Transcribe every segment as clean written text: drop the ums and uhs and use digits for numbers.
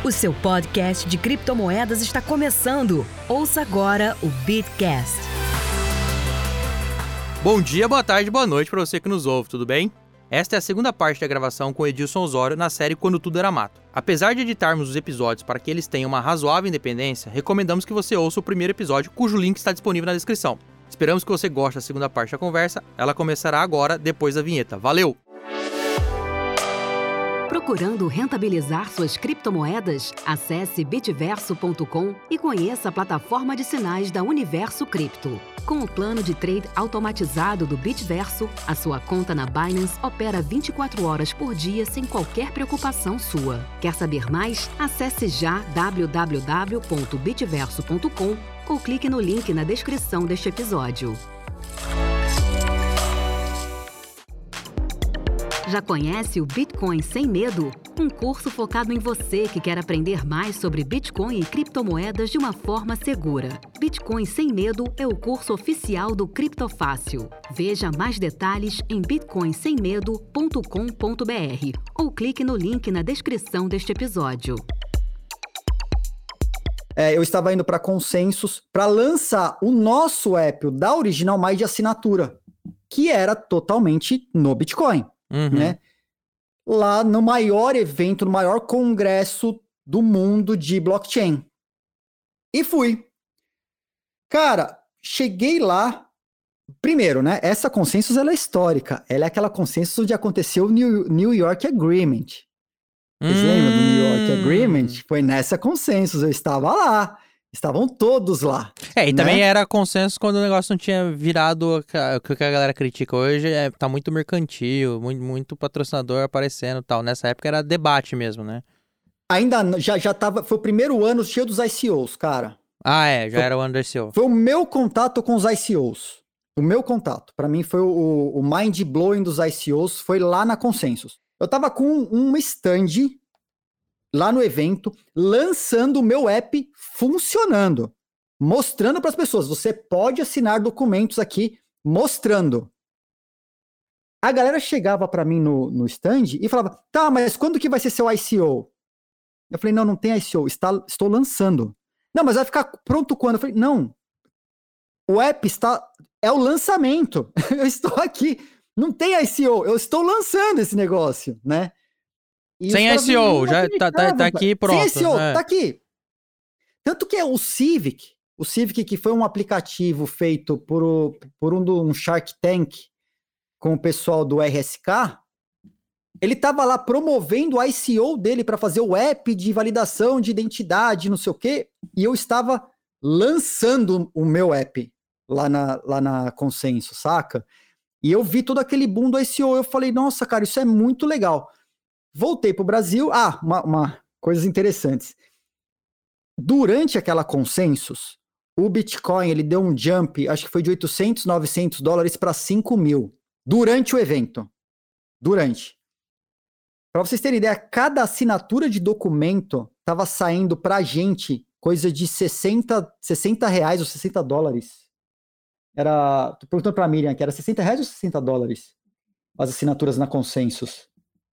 O seu podcast de criptomoedas está começando. Ouça agora o Bitcast. Bom dia, boa tarde, boa noite para você que nos ouve, tudo bem? Esta é a segunda parte da gravação com Edilson Osório na série Quando Tudo Era Mato. Apesar de editarmos os episódios para que eles tenham uma razoável independência, recomendamos que você ouça o primeiro episódio, cujo link está disponível na descrição. Esperamos que você goste da segunda parte da conversa, ela começará agora, depois da vinheta. Valeu! Procurando rentabilizar suas criptomoedas? Acesse bitverso.com e conheça a plataforma de sinais da Universo Cripto. Com o plano de trade automatizado do Bitverso, a sua conta na Binance opera 24 horas por dia sem qualquer preocupação sua. Quer saber mais? Acesse já www.bitverso.com ou clique no link na descrição deste episódio. Já conhece o Bitcoin Sem Medo? Um curso focado em você que quer aprender mais sobre Bitcoin e criptomoedas de uma forma segura. Bitcoin Sem Medo é o curso oficial do Criptofácil. Veja mais detalhes em bitcoinsemmedo.com.br ou clique no link na descrição deste episódio. Eu estava indo para Consensus para lançar o nosso app, o da Original Mais de assinatura, que era totalmente no Bitcoin. Né? Lá no maior evento, no maior congresso do mundo de blockchain. E fui. Cara, cheguei lá. Primeiro, né? Essa Consensus ela é histórica. Ela é aquela Consensus onde aconteceu o New York Agreement. Vocês lembram do New York Agreement? Foi nessa Consensus, eu estava lá. Estavam todos lá. E também era consenso quando o negócio não tinha virado o que a galera critica hoje. Tá muito mercantil, muito patrocinador aparecendo e tal. Nessa época era debate mesmo, né? Ainda já tava. Foi o primeiro ano cheio dos ICOs, cara. Era o ano do ICO. Foi o meu contato com os ICOs. O meu contato. Pra mim foi o mind-blowing dos ICOs. Foi lá na Consensus. Eu tava com um stand lá no evento, lançando o meu app funcionando, mostrando para as pessoas, você pode assinar documentos aqui, mostrando. A galera chegava para mim no stand e falava, tá, mas quando que vai ser seu ICO? Eu falei, não tem ICO, estou lançando. Não, mas vai ficar pronto quando? Eu falei, não, o app é o lançamento, eu estou aqui, não tem ICO, eu estou lançando esse negócio, né? E sem ICO, já tá aqui pronto. Sem ICO, tá aqui. Tanto que o Civic que foi um aplicativo feito por um Shark Tank com o pessoal do RSK, ele tava lá promovendo o ICO dele para fazer o app de validação de identidade, não sei o quê, e eu estava lançando o meu app lá na Consensus, saca? E eu vi todo aquele boom do ICO, eu falei, nossa, cara, isso é muito legal. Voltei para o Brasil. Coisas interessantes. Durante aquela Consensus, o Bitcoin ele deu um jump, acho que foi de $800, $900 para 5 mil. Durante o evento. Para vocês terem ideia, cada assinatura de documento estava saindo para a gente coisa de $60 ou $60. Tô perguntando para a Miriam, que era $60 ou $60 as assinaturas na Consensus.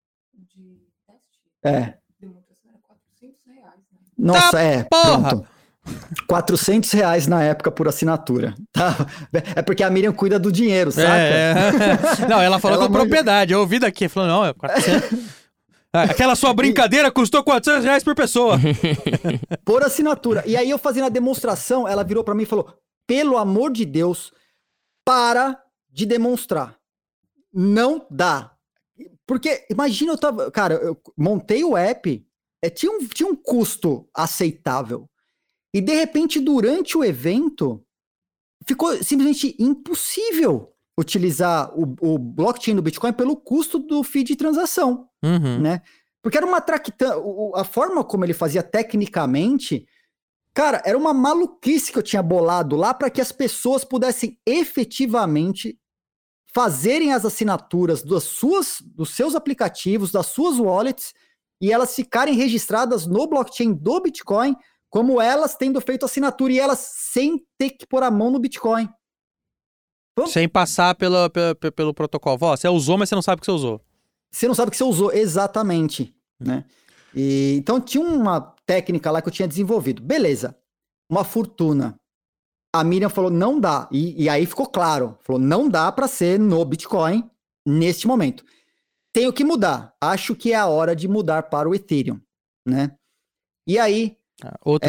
Nossa, pronto. R$400 na época por assinatura. Tá? É porque a Miriam cuida do dinheiro, saca? Não, ela falou com propriedade. Eu ouvi daqui, falou, não, é 400. Aquela sua brincadeira custou R$400 por pessoa. Por assinatura. E aí eu fazendo a demonstração, ela virou pra mim e falou, pelo amor de Deus, para de demonstrar. Não dá. Porque, imagina, eu montei o app, tinha um custo aceitável. E, de repente, durante o evento, ficou simplesmente impossível utilizar o blockchain do Bitcoin pelo custo do fee de transação, né? Porque era uma a forma como ele fazia tecnicamente, cara, era uma maluquice que eu tinha bolado lá para que as pessoas pudessem efetivamente fazerem as assinaturas dos seus aplicativos, das suas wallets, e elas ficarem registradas no blockchain do Bitcoin, como elas tendo feito assinatura, e elas sem ter que pôr a mão no Bitcoin. Sem passar pelo protocolo. Você usou, mas você não sabe que você usou. Você não sabe que você usou, exatamente. Né? Então tinha uma técnica lá que eu tinha desenvolvido. Beleza, uma fortuna. A Miriam falou, não dá. E aí ficou claro. Falou, não dá para ser no Bitcoin neste momento. Tenho que mudar. Acho que é a hora de mudar para o Ethereum, né? E aí... Outro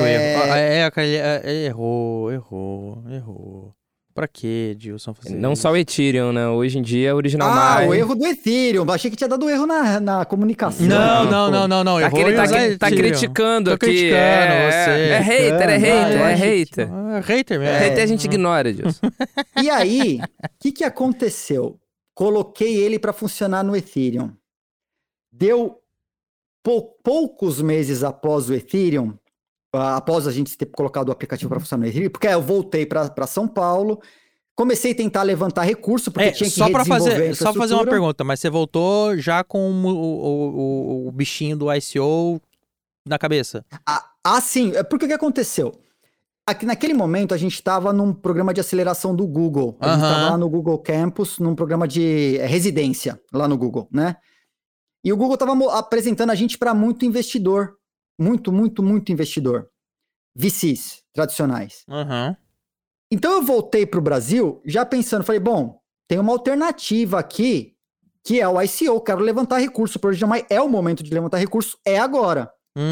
erro. Errou. Pra quê, Dilson? Não só o Ethereum, né? Hoje em dia é original o erro do Ethereum. Achei que tinha dado erro na comunicação. Não. Tá criticando Tô aqui. criticando você. É hater. Hater mesmo. Hater a gente ignora, Dilson. E aí, o que aconteceu? Coloquei ele para funcionar no Ethereum. Deu poucos meses após o Ethereum, após a gente ter colocado o aplicativo para funcionar no Ethereum, porque eu voltei para São Paulo, comecei a tentar levantar recurso, porque tinha que redesenvolver só fazer uma pergunta, mas você voltou já com o bichinho do ICO na cabeça? Sim. Porque o que aconteceu? Aqui, naquele momento, a gente estava num programa de aceleração do Google. A gente estava lá no Google Campus, num programa de residência, lá no Google, né? E o Google estava apresentando a gente para muito investidor. Muito investidor. VCs tradicionais. Então eu voltei para o Brasil já pensando, falei, bom, tem uma alternativa aqui, que é o ICO, quero levantar recurso. Mas é o momento de levantar recurso, é agora.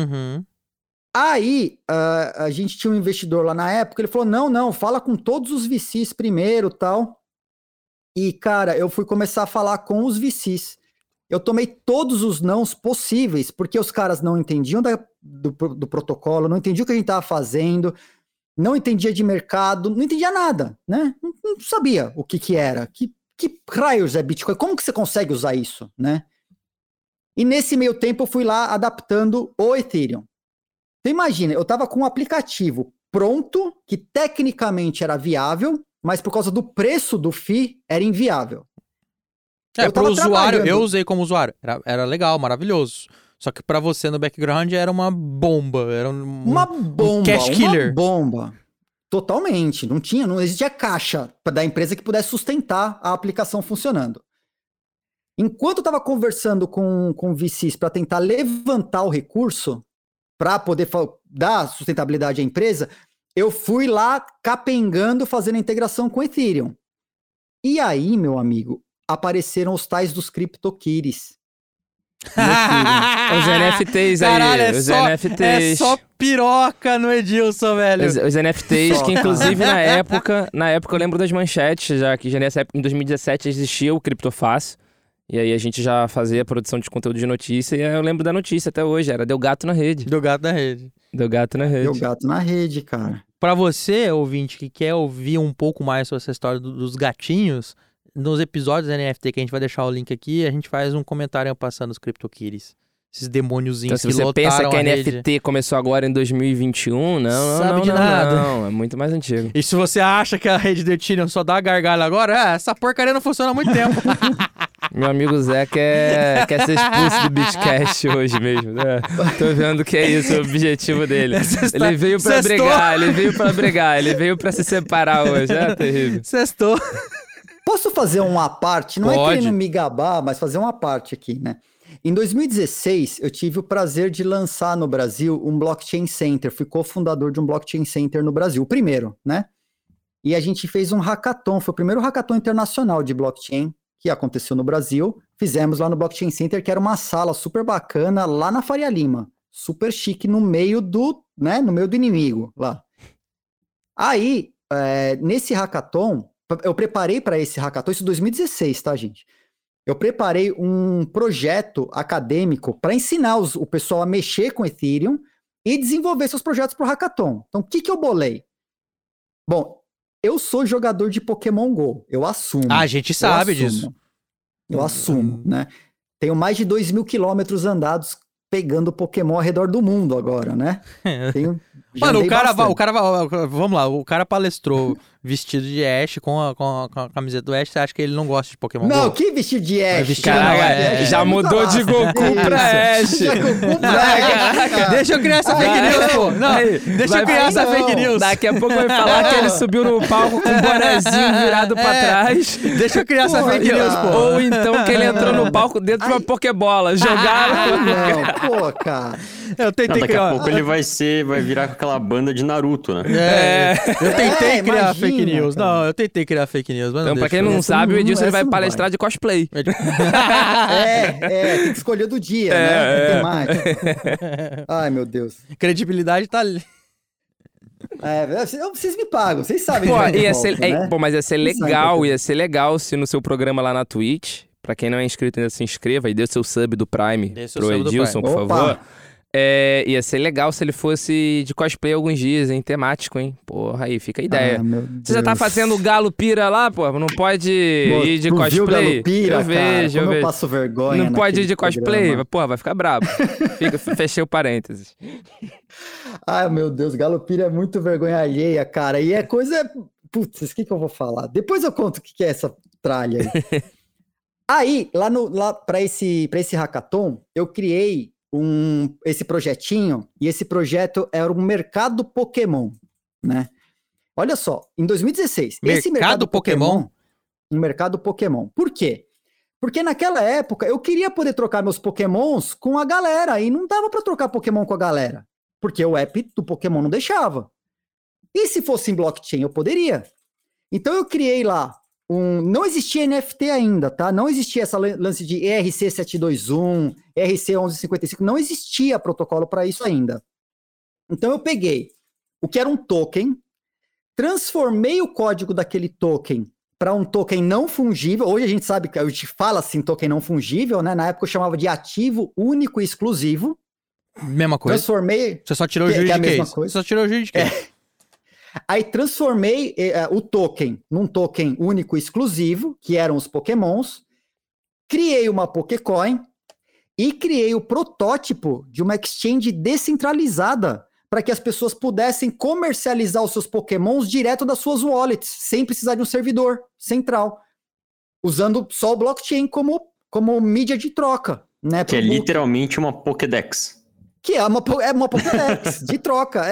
Aí, a gente tinha um investidor lá na época, ele falou, não, fala com todos os VCs primeiro, tal. E, cara, eu fui começar a falar com os VCs. Eu tomei todos os nãos possíveis, porque os caras não entendiam do protocolo, não entendiam o que a gente estava fazendo, não entendia de mercado, não entendia nada, né? Não sabia o que era, que raios é Bitcoin, como que você consegue usar isso, né? E nesse meio tempo eu fui lá adaptando o Ethereum. Então imagina, eu estava com um aplicativo pronto, que tecnicamente era viável, mas por causa do preço do FII, era inviável. Para o usuário, eu usei como usuário. Era legal, maravilhoso. Só que para você no background era uma bomba. Era uma bomba. Um cash killer. Uma bomba. Totalmente. Não existia caixa da empresa que pudesse sustentar a aplicação funcionando. Enquanto eu estava conversando com VCs para tentar levantar o recurso, para poder dar sustentabilidade à empresa, eu fui lá capengando, fazendo a integração com o Ethereum. E aí, meu amigo, apareceram os tais dos CryptoKitties. Os NFTs aí. Caralho, NFTs. É só piroca no Edilson, velho. Os NFTs, que inclusive na época eu lembro das manchetes, já que já nessa época, em 2017 existia o Criptofácil. E aí a gente já fazia a produção de conteúdo de notícia, e eu lembro da notícia até hoje, era Deu Gato na Rede. Deu Gato na Rede. Deu Gato na Rede. Deu Gato na Rede, cara. Pra você, ouvinte, que quer ouvir um pouco mais sobre essa história dos gatinhos, nos episódios da NFT, que a gente vai deixar o link aqui, a gente faz um comentário passando os CryptoKitties. Esses demôniozinhos então, que lotaram a rede. Se você pensa que a NFT começou agora em 2021, não, nada. Não, é muito mais antigo. E se você acha que a rede do Ethereum só dá gargalho agora, essa porcaria não funciona há muito tempo. Meu amigo Zé quer ser expulso do Bitcast hoje mesmo, né? Tô vendo que é isso o objetivo dele. Ele veio pra brigar, ele veio pra se separar hoje, é terrível. Sextou. Posso fazer uma parte? Não Pode. É querendo me gabar, mas fazer uma parte aqui, né? Em 2016, eu tive o prazer de lançar no Brasil um blockchain center. Fui cofundador de um blockchain center no Brasil, o primeiro, né? E a gente fez um hackathon, foi o primeiro hackathon internacional de blockchain que aconteceu no Brasil. Fizemos lá no Blockchain Center, que era uma sala super bacana lá na Faria Lima. Super chique, no meio do inimigo lá. Aí, nesse hackathon, eu preparei para esse hackathon, isso em 2016, tá, gente? Eu preparei um projeto acadêmico para ensinar o pessoal a mexer com Ethereum e desenvolver seus projetos para o hackathon. Então, o que eu bolei? Bom, eu sou jogador de Pokémon GO, eu assumo. A gente sabe disso. Eu assumo, né? Tenho mais de 2.000 quilômetros andados pegando Pokémon ao redor do mundo agora, né? Mano, o cara, vamos lá, o cara palestrou vestido de Ash com a camiseta do Ash, você acha que ele não gosta de Pokémon Não, Go? que vestido de Ash? Caraca, já mudou de Goku pra Ash. Deixa eu criar essa fake news, pô. Não, deixa eu criar essa fake news. Daqui a pouco vai falar que ele subiu no palco com o bonezinho virado pra trás. Deixa eu criar essa fake news, pô. Ou então que ele entrou no palco dentro de uma Pokébola. Jogaram. Não, pô, cara. Eu tentei Daqui criar. a pouco ele vai virar com aquela banda de Naruto, né? Eu tentei criar imagina, fake news. cara. Não, eu tentei criar fake news, mas Então, não pra quem deixou. não sabe, o Edilson ele vai essa não palestrar vai. de cosplay. Tem que escolher do dia, né? A temática. Ai, meu Deus. Credibilidade tá ali. Vocês me pagam, vocês sabem. Pô, que eu ia volto, ser, né? pô, mas ia ser Vocês sabem legal, que eu- ia ser legal se no seu programa lá na Twitch, pra quem não é inscrito ainda se inscreva e dê o seu sub do Prime Dê seu pro sub do Edilson, Prime. por Opa! favor. Ia ser legal se ele fosse de cosplay alguns dias, hein? Temático, hein? Porra, aí fica a ideia. Ah, meu Você já tá Deus. fazendo o Galo Pira lá, pô? Não pode ir de Tu viu o cosplay? Galupira, eu vejo, cara, como eu eu vejo. passo vergonha. Não pode ir de naquele cosplay? programa. Porra, vai ficar brabo. Fechei o parênteses. Ai, meu Deus, Galupira é muito vergonha alheia, cara. E é coisa. Putz, o que eu vou falar? Depois eu conto o que é essa tralha aí. Aí, lá para esse hackathon, eu criei esse projetinho, e esse projeto era um mercado Pokémon, né? Olha só, em 2016, esse mercado Pokémon? Um mercado Pokémon. Por quê? Porque naquela época eu queria poder trocar meus Pokémons com a galera, e não dava para trocar Pokémon com a galera, porque o app do Pokémon não deixava. E se fosse em blockchain, eu poderia. Então eu criei lá não existia NFT ainda, tá? Não existia essa lance de ERC721, ERC1155, não existia protocolo para isso ainda. Então eu peguei o que era um token, transformei o código daquele token para um token não fungível. Hoje a gente sabe que a gente fala assim, token não fungível, né? Na época eu chamava de ativo único e exclusivo. Mesma coisa. Transformei. Você só tirou o que é a juridiquês. mesma coisa. Você só tirou o juridiquês. Aí transformei o token num token único e exclusivo, que eram os Pokémons, criei uma Pokécoin e criei o protótipo de uma exchange descentralizada para que as pessoas pudessem comercializar os seus Pokémons direto das suas wallets, sem precisar de um servidor central, usando só o blockchain como mídia de troca. Né, Que é literalmente uma Pokédex. Que é uma Pokédex de troca.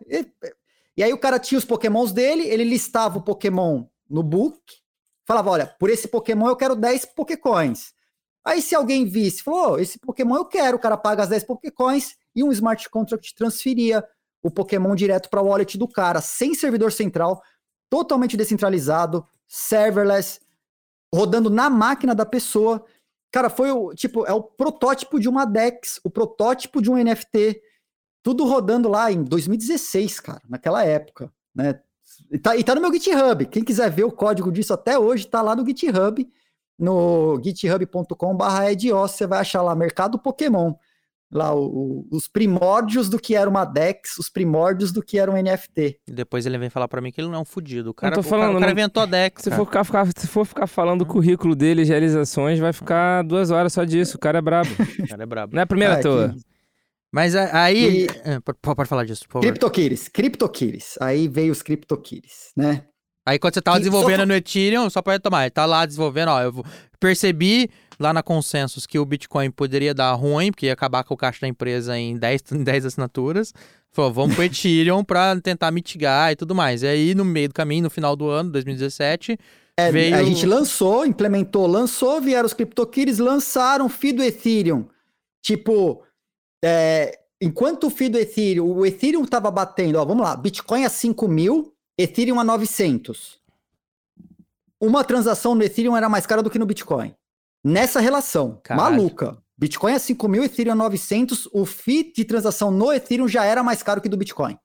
E aí o cara tinha os Pokémons dele, ele listava o Pokémon no book, falava, olha, por esse Pokémon eu quero 10 Pokécoins. Aí se alguém visse, falou, esse Pokémon eu quero, o cara paga as 10 Pokécoins e um smart contract transferia o Pokémon direto para o wallet do cara, sem servidor central, totalmente descentralizado, serverless, rodando na máquina da pessoa. Cara, foi é o protótipo de uma DEX, o protótipo de um NFT, tudo rodando lá em 2016, cara, naquela época, né? E tá no meu GitHub. Quem quiser ver o código disso até hoje, tá lá no GitHub, no github.com/ed, você vai achar lá Mercado Pokémon. Lá os primórdios do que era uma DEX, os primórdios do que era um NFT. E depois ele vem falar pra mim que ele não é um fudido. O cara, tô falando, o cara não- inventou a Dex. Se cara. for ficar falando o currículo dele, as realizações, vai ficar 2 horas só disso. O cara é brabo. O cara é brabo. Não é a primeira Ah, toa. que- Mas aí... E- Pode falar disso, por favor. CryptoKitties. Aí veio os CryptoKitties, né? Aí quando você tava Que desenvolvendo só- no Ethereum, só pra retomar, ele tá lá desenvolvendo, ó, percebi lá na Consensus que o Bitcoin poderia dar ruim, porque ia acabar com o caixa da empresa em 10 assinaturas. Falou, vamos pro Ethereum pra tentar mitigar e tudo mais. E aí, no meio do caminho, no final do ano, 2017, veio... A gente lançou, vieram os CryptoKitties, lançaram o FII do Ethereum. Tipo, enquanto o FII do Ethereum, o Ethereum tava batendo, ó, vamos lá, Bitcoin a 5.000, Ethereum a 900. Uma transação no Ethereum era mais cara do que no Bitcoin. Nessa relação, Caralho. maluca. Bitcoin a 5.000, Ethereum a 900, o FII de transação no Ethereum já era mais caro que do Bitcoin.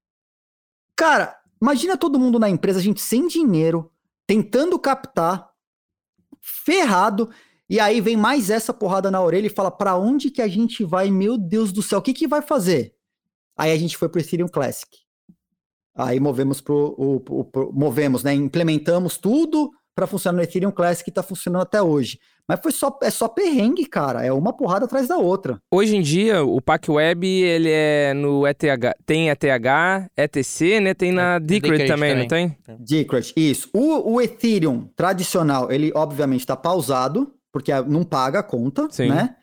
Cara, imagina todo mundo na empresa, a gente sem dinheiro, tentando captar, ferrado, e aí vem mais essa porrada na orelha e fala, pra onde que a gente vai? Meu Deus do céu, o que vai fazer? Aí a gente foi pro Ethereum Classic. Aí movemos, né, implementamos tudo, para funcionar no Ethereum Classic, que tá funcionando até hoje. Mas é só perrengue, cara. É uma porrada atrás da outra. Hoje em dia, o PackWeb, ele é no ETH, tem ETH, ETC, né? Tem na Decred também, não tem? Decred, isso. O Ethereum tradicional, ele obviamente tá pausado, porque não paga a conta, Sim. né?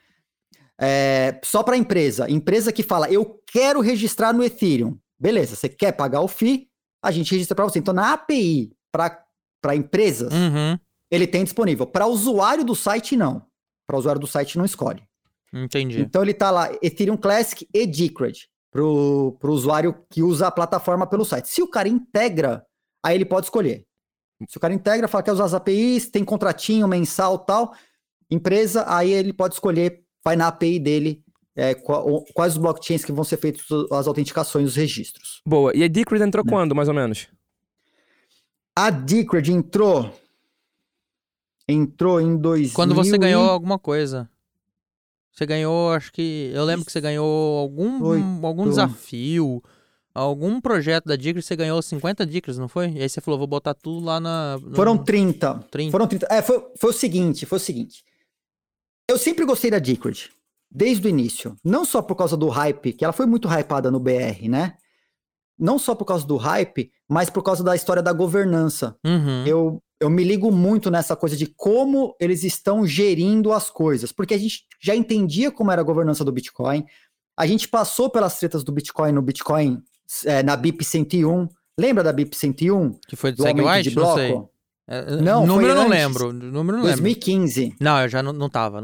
Só para empresa que fala, eu quero registrar no Ethereum. Beleza, você quer pagar o FII, a gente registra para você. Então, na API, para empresas, ele tem disponível. Para usuário do site, não. Para usuário do site, não escolhe. Entendi. Então, ele tá lá, Ethereum Classic e Decred, pro usuário que usa a plataforma pelo site. Se o cara integra, aí ele pode escolher. Se o cara integra, fala que quer usar as APIs, tem contratinho mensal e tal, empresa, aí ele pode escolher, vai na API dele, quais os blockchains que vão ser feitas as autenticações, os registros. Boa. E a Decred entrou quando, mais ou menos? A Decred entrou em 2000. Quando você ganhou alguma coisa. Você ganhou, acho que... Eu lembro que você ganhou algum desafio, algum projeto da Decred, você ganhou 50 Decreds, não foi? E aí você falou, vou botar tudo lá Foram 30. Foram 30. Foi o seguinte. Eu sempre gostei da Decred, desde o início. Não só por causa do hype, que ela foi muito hypada no BR, né? Não só por causa do hype, mas por causa da história da governança. Eu me ligo muito nessa coisa de como eles estão gerindo as coisas, porque a gente já entendia como era a governança do Bitcoin, a gente passou pelas tretas do Bitcoin no Bitcoin, na BIP 101, lembra da BIP 101? Que foi do SegWit? Não sei. Não, número foi não antes, lembro. Número não 2015. lembro. Não, eu já não tava.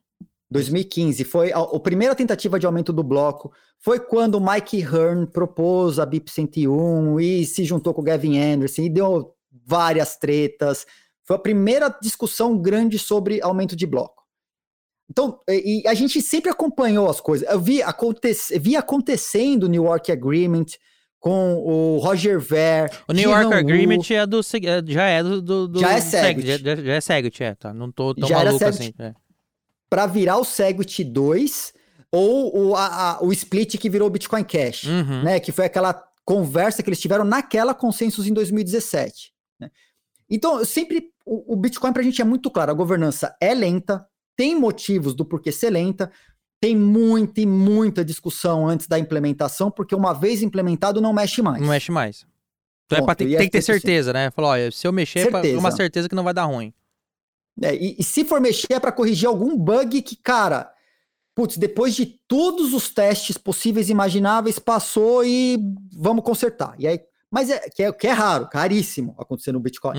2015, foi a primeira tentativa de aumento do bloco, foi quando o Mike Hearn propôs a BIP 101 e se juntou com o Gavin Anderson e deu várias tretas. Foi a primeira discussão grande sobre aumento de bloco. Então, e a gente sempre acompanhou as coisas. Eu vi acontecendo o New York Agreement com o Roger Ver. O New York Agreement já é já é SegWit. Já é SegWit, tá? Não tô tão já maluco assim. Para virar o SegWit 2 ou o split que virou o Bitcoin Cash, né? Que foi aquela conversa que eles tiveram naquela Consensus em 2017. Né? Então, o Bitcoin pra gente é muito claro, a governança é lenta, tem motivos do porquê ser lenta, tem muita e muita discussão antes da implementação, porque uma vez implementado não mexe mais. Não mexe mais. Então tem que ter certeza, né? Falar, olha, se eu mexer, é uma certeza que não vai dar ruim. E se for mexer é para corrigir algum bug que, cara, putz, depois de todos os testes possíveis e imagináveis, passou e vamos consertar. E aí, mas que é raro, caríssimo acontecer no Bitcoin.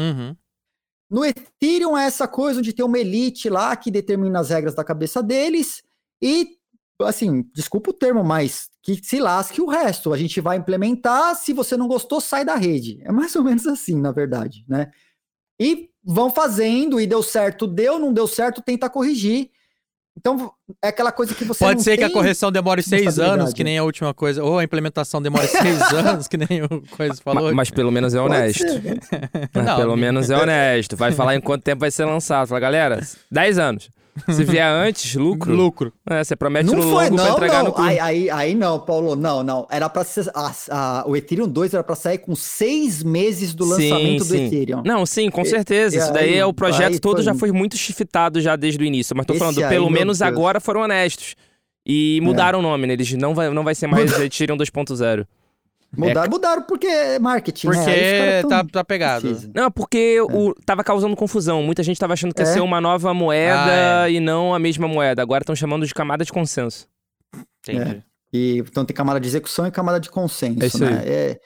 No Ethereum é essa coisa de ter uma elite lá que determina as regras da cabeça deles e, assim, desculpa o termo, mas que se lasque o resto. A gente vai implementar, se você não gostou, sai da rede. É mais ou menos assim, na verdade, né? E vão fazendo, e deu certo, não deu certo, tenta corrigir. Então, é aquela coisa que você pode ser que a correção demore 6 anos, que nem a última coisa, ou a implementação demore 6 anos, que nem o Coisa falou. Mas pelo menos é honesto. Pelo menos é honesto. Vai falar em quanto tempo vai ser lançado. Fala, galera, 10 anos. Se vier antes, lucro. Você promete no logo pra entregar no clube. Aí não, Paulo, não. Era pra ser, o Ethereum 2 era pra sair com 6 meses do lançamento do Ethereum. Não, sim, com certeza. Isso daí o projeto todo já foi muito chifitado já desde o início. Mas tô falando, pelo menos agora foram honestos. E mudaram o nome, né? Eles não vai ser mais Ethereum 2.0. Mudaram porque é marketing, porque tá pegado. Não, porque tava causando confusão. Muita gente tava achando que ia ser uma nova moeda e não a mesma moeda. Agora estão chamando de camada de consenso. Entendi. Então tem camada de execução e camada de consenso, é isso né? Aí.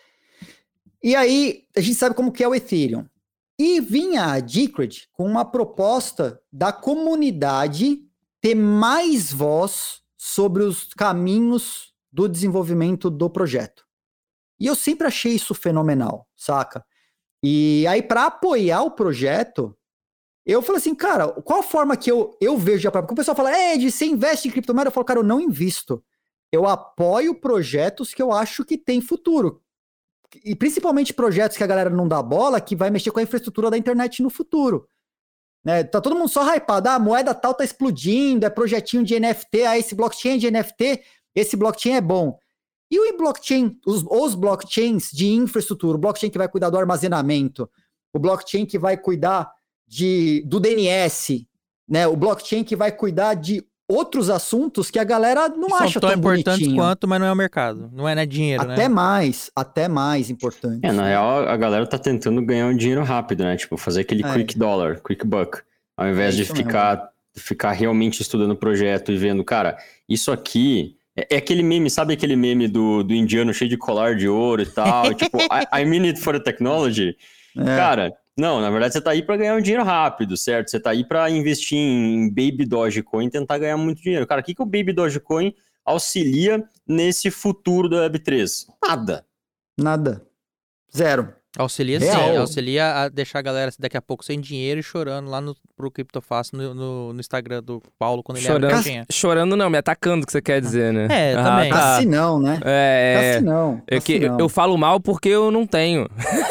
E aí, a gente sabe como que é o Ethereum. E vinha a Decred com uma proposta da comunidade ter mais voz sobre os caminhos do desenvolvimento do projeto. E eu sempre achei isso fenomenal, saca? E aí, para apoiar o projeto, eu falei assim, cara, qual a forma que eu vejo a própria... Porque o pessoal fala, Ed, você investe em criptomoeda? Eu falo, cara, eu não invisto. Eu apoio projetos que eu acho que tem futuro. E principalmente projetos que a galera não dá bola, que vai mexer com a infraestrutura da internet no futuro. Né? Tá todo mundo só hypado, a moeda tal tá explodindo, é projetinho de NFT, esse blockchain é de NFT, esse blockchain é bom. E o blockchain, os blockchains de infraestrutura, o blockchain que vai cuidar do armazenamento, o blockchain que vai cuidar do DNS, né? O blockchain que vai cuidar de outros assuntos que a galera não acha tão tão importantes bonitinho. quanto, mas não é o mercado. Não é dinheiro, Até né? até mais importante. Na real, a galera tá tentando ganhar um dinheiro rápido, né? Tipo, fazer aquele quick dollar, quick buck. Ao invés de ficar realmente estudando o projeto e vendo, cara, isso aqui... É aquele meme, sabe aquele meme do indiano cheio de colar de ouro e tal? Tipo, I mean it for the technology. Cara, não, na verdade você tá aí pra ganhar um dinheiro rápido, certo? Você tá aí pra investir em Baby Dogecoin e tentar ganhar muito dinheiro. Cara, o que o Baby Dogecoin auxilia nesse futuro da Web3? Nada. Zero. Auxilia Real. sim, auxilia a deixar a galera daqui a pouco sem dinheiro e chorando lá pro Criptofácil no Instagram do Paulo quando ele era tinha. Chorando não, me atacando, que você quer dizer, né? Também. Assim não, né? Eu falo mal porque eu não tenho.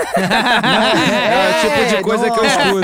É o tipo de coisa que eu escuto.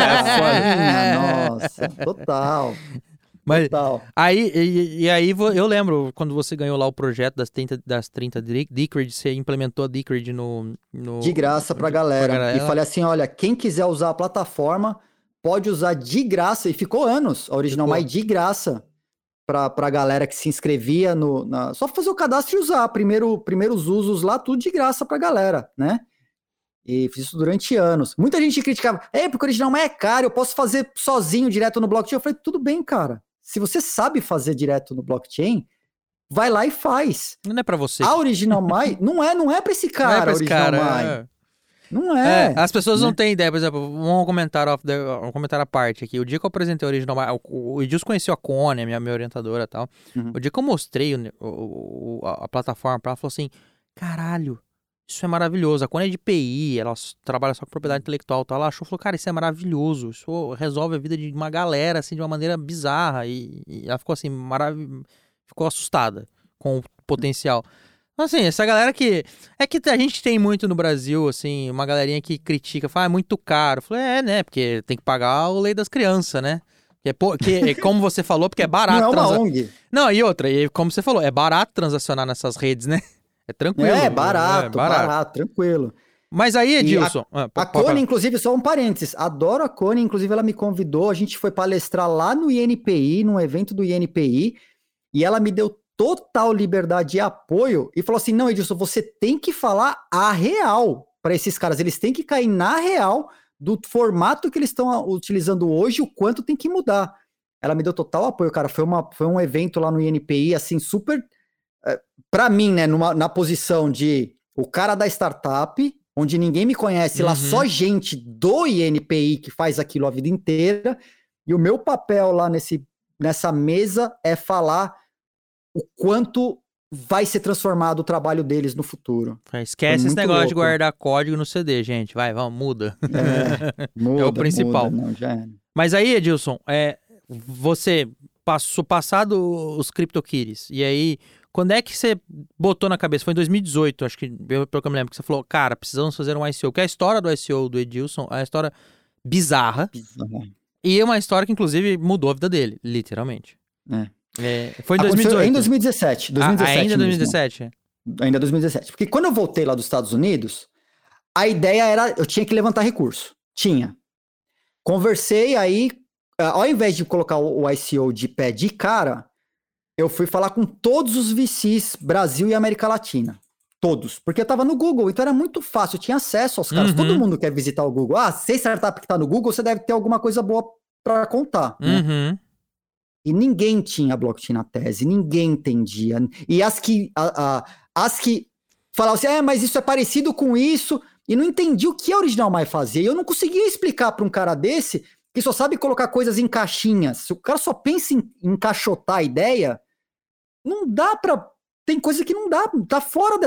Nossa, total. Mas aí eu lembro quando você ganhou lá o projeto das 30 Decred, você implementou a Decred de graça pra galera. E falei assim, olha, quem quiser usar a plataforma pode usar de graça, e ficou anos a Original My de graça pra galera que se inscrevia só fazer o cadastro e usar, primeiros usos lá, tudo de graça pra galera, né? E fiz isso durante anos. Muita gente criticava, porque o Original My é caro, eu posso fazer sozinho direto no blockchain. Eu falei, tudo bem, cara. Se você sabe fazer direto no blockchain, vai lá e faz. Não é pra você. A Original My não é pra esse cara, a Original My. Não é. As pessoas não têm ideia. Por exemplo, um comentário à parte aqui. O dia que eu apresentei a Original My, o Edilson conheceu a Connie, a minha orientadora e tal. O dia que eu mostrei a plataforma pra ela, falou assim, caralho, isso é maravilhoso. A Connie é de PI, ela trabalha só com propriedade intelectual e tal. Ela achou, falou, cara, isso é maravilhoso. Isso resolve a vida de uma galera, assim, de uma maneira bizarra. E ela ficou assim, ficou assustada com o potencial. Assim, essa galera que a gente tem muito no Brasil, assim, uma galerinha que critica, fala, é muito caro. Eu falei, né, porque tem que pagar o lei das crianças, né? Como você falou, porque é barato. Não é uma ONG. Não, e outra, como você falou, é barato transacionar nessas redes, né? É tranquilo. Barato, tranquilo. Mas aí, Edilson... A Connie, inclusive, só um parênteses, adoro a Connie, inclusive ela me convidou, a gente foi palestrar lá no INPI, num evento do INPI, e ela me deu total liberdade e apoio, e falou assim, não, Edilson, você tem que falar a real para esses caras, eles têm que cair na real do formato que eles estão utilizando hoje, o quanto tem que mudar. Ela me deu total apoio, cara, foi um evento lá no INPI, assim, super... Pra mim, né, na posição de o cara da startup, onde ninguém me conhece, lá só gente do INPI que faz aquilo a vida inteira, e o meu papel lá nessa mesa é falar o quanto vai ser transformado o trabalho deles no futuro. Esquece esse negócio de guardar código no CD, gente. Vamos, muda. Muda, é o principal. Muda, não, já é. Mas aí, Edilson, você passado os CryptoKitties, e aí... Quando é que você botou na cabeça? Foi em 2018, acho que, pelo que eu me lembro, que você falou, cara, precisamos fazer um ICO. Que a história do ICO do Edilson é uma história bizarra. E é uma história que, inclusive, mudou a vida dele, literalmente. Foi em 2018. Em 2017. Ainda em 2017? Ainda em 2017. Porque quando eu voltei lá dos Estados Unidos, a ideia era, eu tinha que levantar recurso. Conversei aí, ao invés de colocar o ICO de pé de cara... Eu fui falar com todos os VCs Brasil e América Latina. Todos. Porque eu tava no Google, então era muito fácil. Eu tinha acesso aos caras. Todo mundo quer visitar o Google. Se startup que tá no Google, você deve ter alguma coisa boa pra contar. Né? E ninguém tinha blockchain na tese. Ninguém entendia. E as que falavam assim, mas isso é parecido com isso. E não entendi o que a Original My fazia. E eu não conseguia explicar pra um cara desse que só sabe colocar coisas em caixinhas. Se o cara só pensa em encaixotar a ideia... Não dá pra... Tem coisa que não dá, tá fora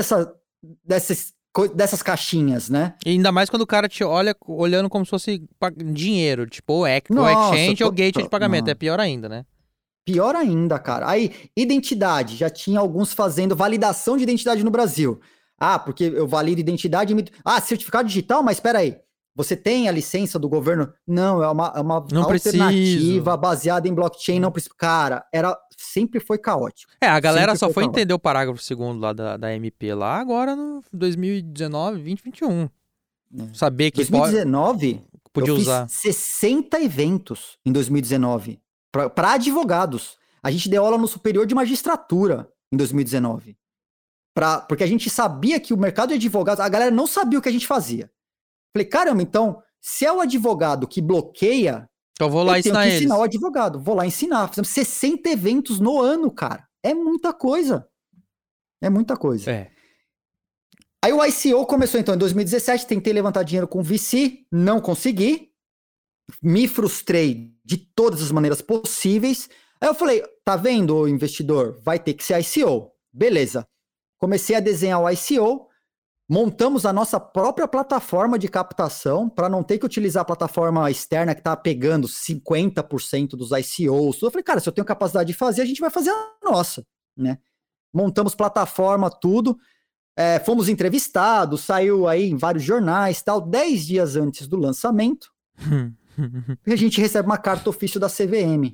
dessas caixinhas, né? E ainda mais quando o cara te olha olhando como se fosse dinheiro, tipo o exchange ou gateway de pagamento. É pior ainda, né? Pior ainda, cara. Aí, identidade. Já tinha alguns fazendo validação de identidade no Brasil. Porque eu valido identidade... certificado digital? Mas espera aí. Você tem a licença do governo? Não, é uma alternativa baseada em blockchain. Não precisa. Cara, sempre foi caótico. A galera só foi entender o parágrafo 2º lá da MP lá agora no 2019, 2021. Saber que 2019? Podia eu usar. fiz 60 eventos em 2019 para advogados. A gente deu aula no Superior de Magistratura em 2019. Porque a gente sabia que o mercado de advogados, a galera não sabia o que a gente fazia. Falei, caramba, então, se é o advogado que bloqueia, Então eu vou lá eu tenho ensinar que eles. ensinar o advogado. Vou lá ensinar. Fizemos 60 eventos no ano, cara. É muita coisa. É muita coisa. É. Aí o ICO começou então em 2017, tentei levantar dinheiro com VC, não consegui. Me frustrei de todas as maneiras possíveis. Aí eu falei, tá vendo, investidor? Vai ter que ser ICO. Beleza. Comecei a desenhar o ICO, montamos a nossa própria plataforma de captação para não ter que utilizar a plataforma externa que tá pegando 50% dos ICOs. Eu falei, cara, se eu tenho capacidade de fazer, a gente vai fazer a nossa, né? Montamos plataforma, tudo. Fomos entrevistados, saiu aí em vários jornais, tal. 10 dias antes do lançamento, a gente recebe uma carta ofício da CVM.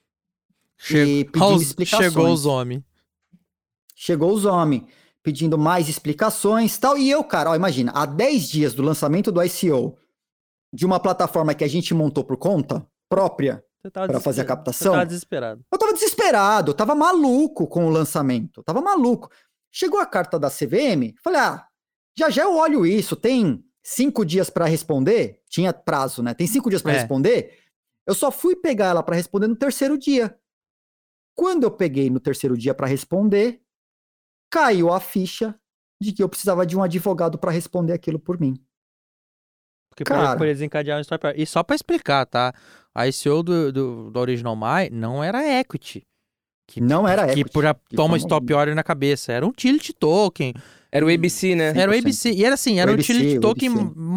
E pedindo explicações. Chegou os homens. Chegou os homens pedindo mais explicações e tal. E eu, cara, ó, imagina, há 10 dias do lançamento do ICO, de uma plataforma que a gente montou por conta própria para fazer a captação. Você tava desesperado. Eu tava desesperado, eu tava maluco com o lançamento. Tava maluco. Chegou a carta da CVM, falei, já eu olho isso, tem 5 dias para responder, tinha prazo, né? Tem 5 dias para responder, eu só fui pegar ela para responder no 3º dia. Quando eu peguei no 3º dia para responder, caiu a ficha de que eu precisava de um advogado para responder aquilo por mim. Porque por eles encadearam a história. E só para explicar, tá? A ICO do Original My não era equity. Não era equity. Que toma stop order na cabeça. Era um utility token. Era o ABC, né? Era o ABC. E era assim, era um utility token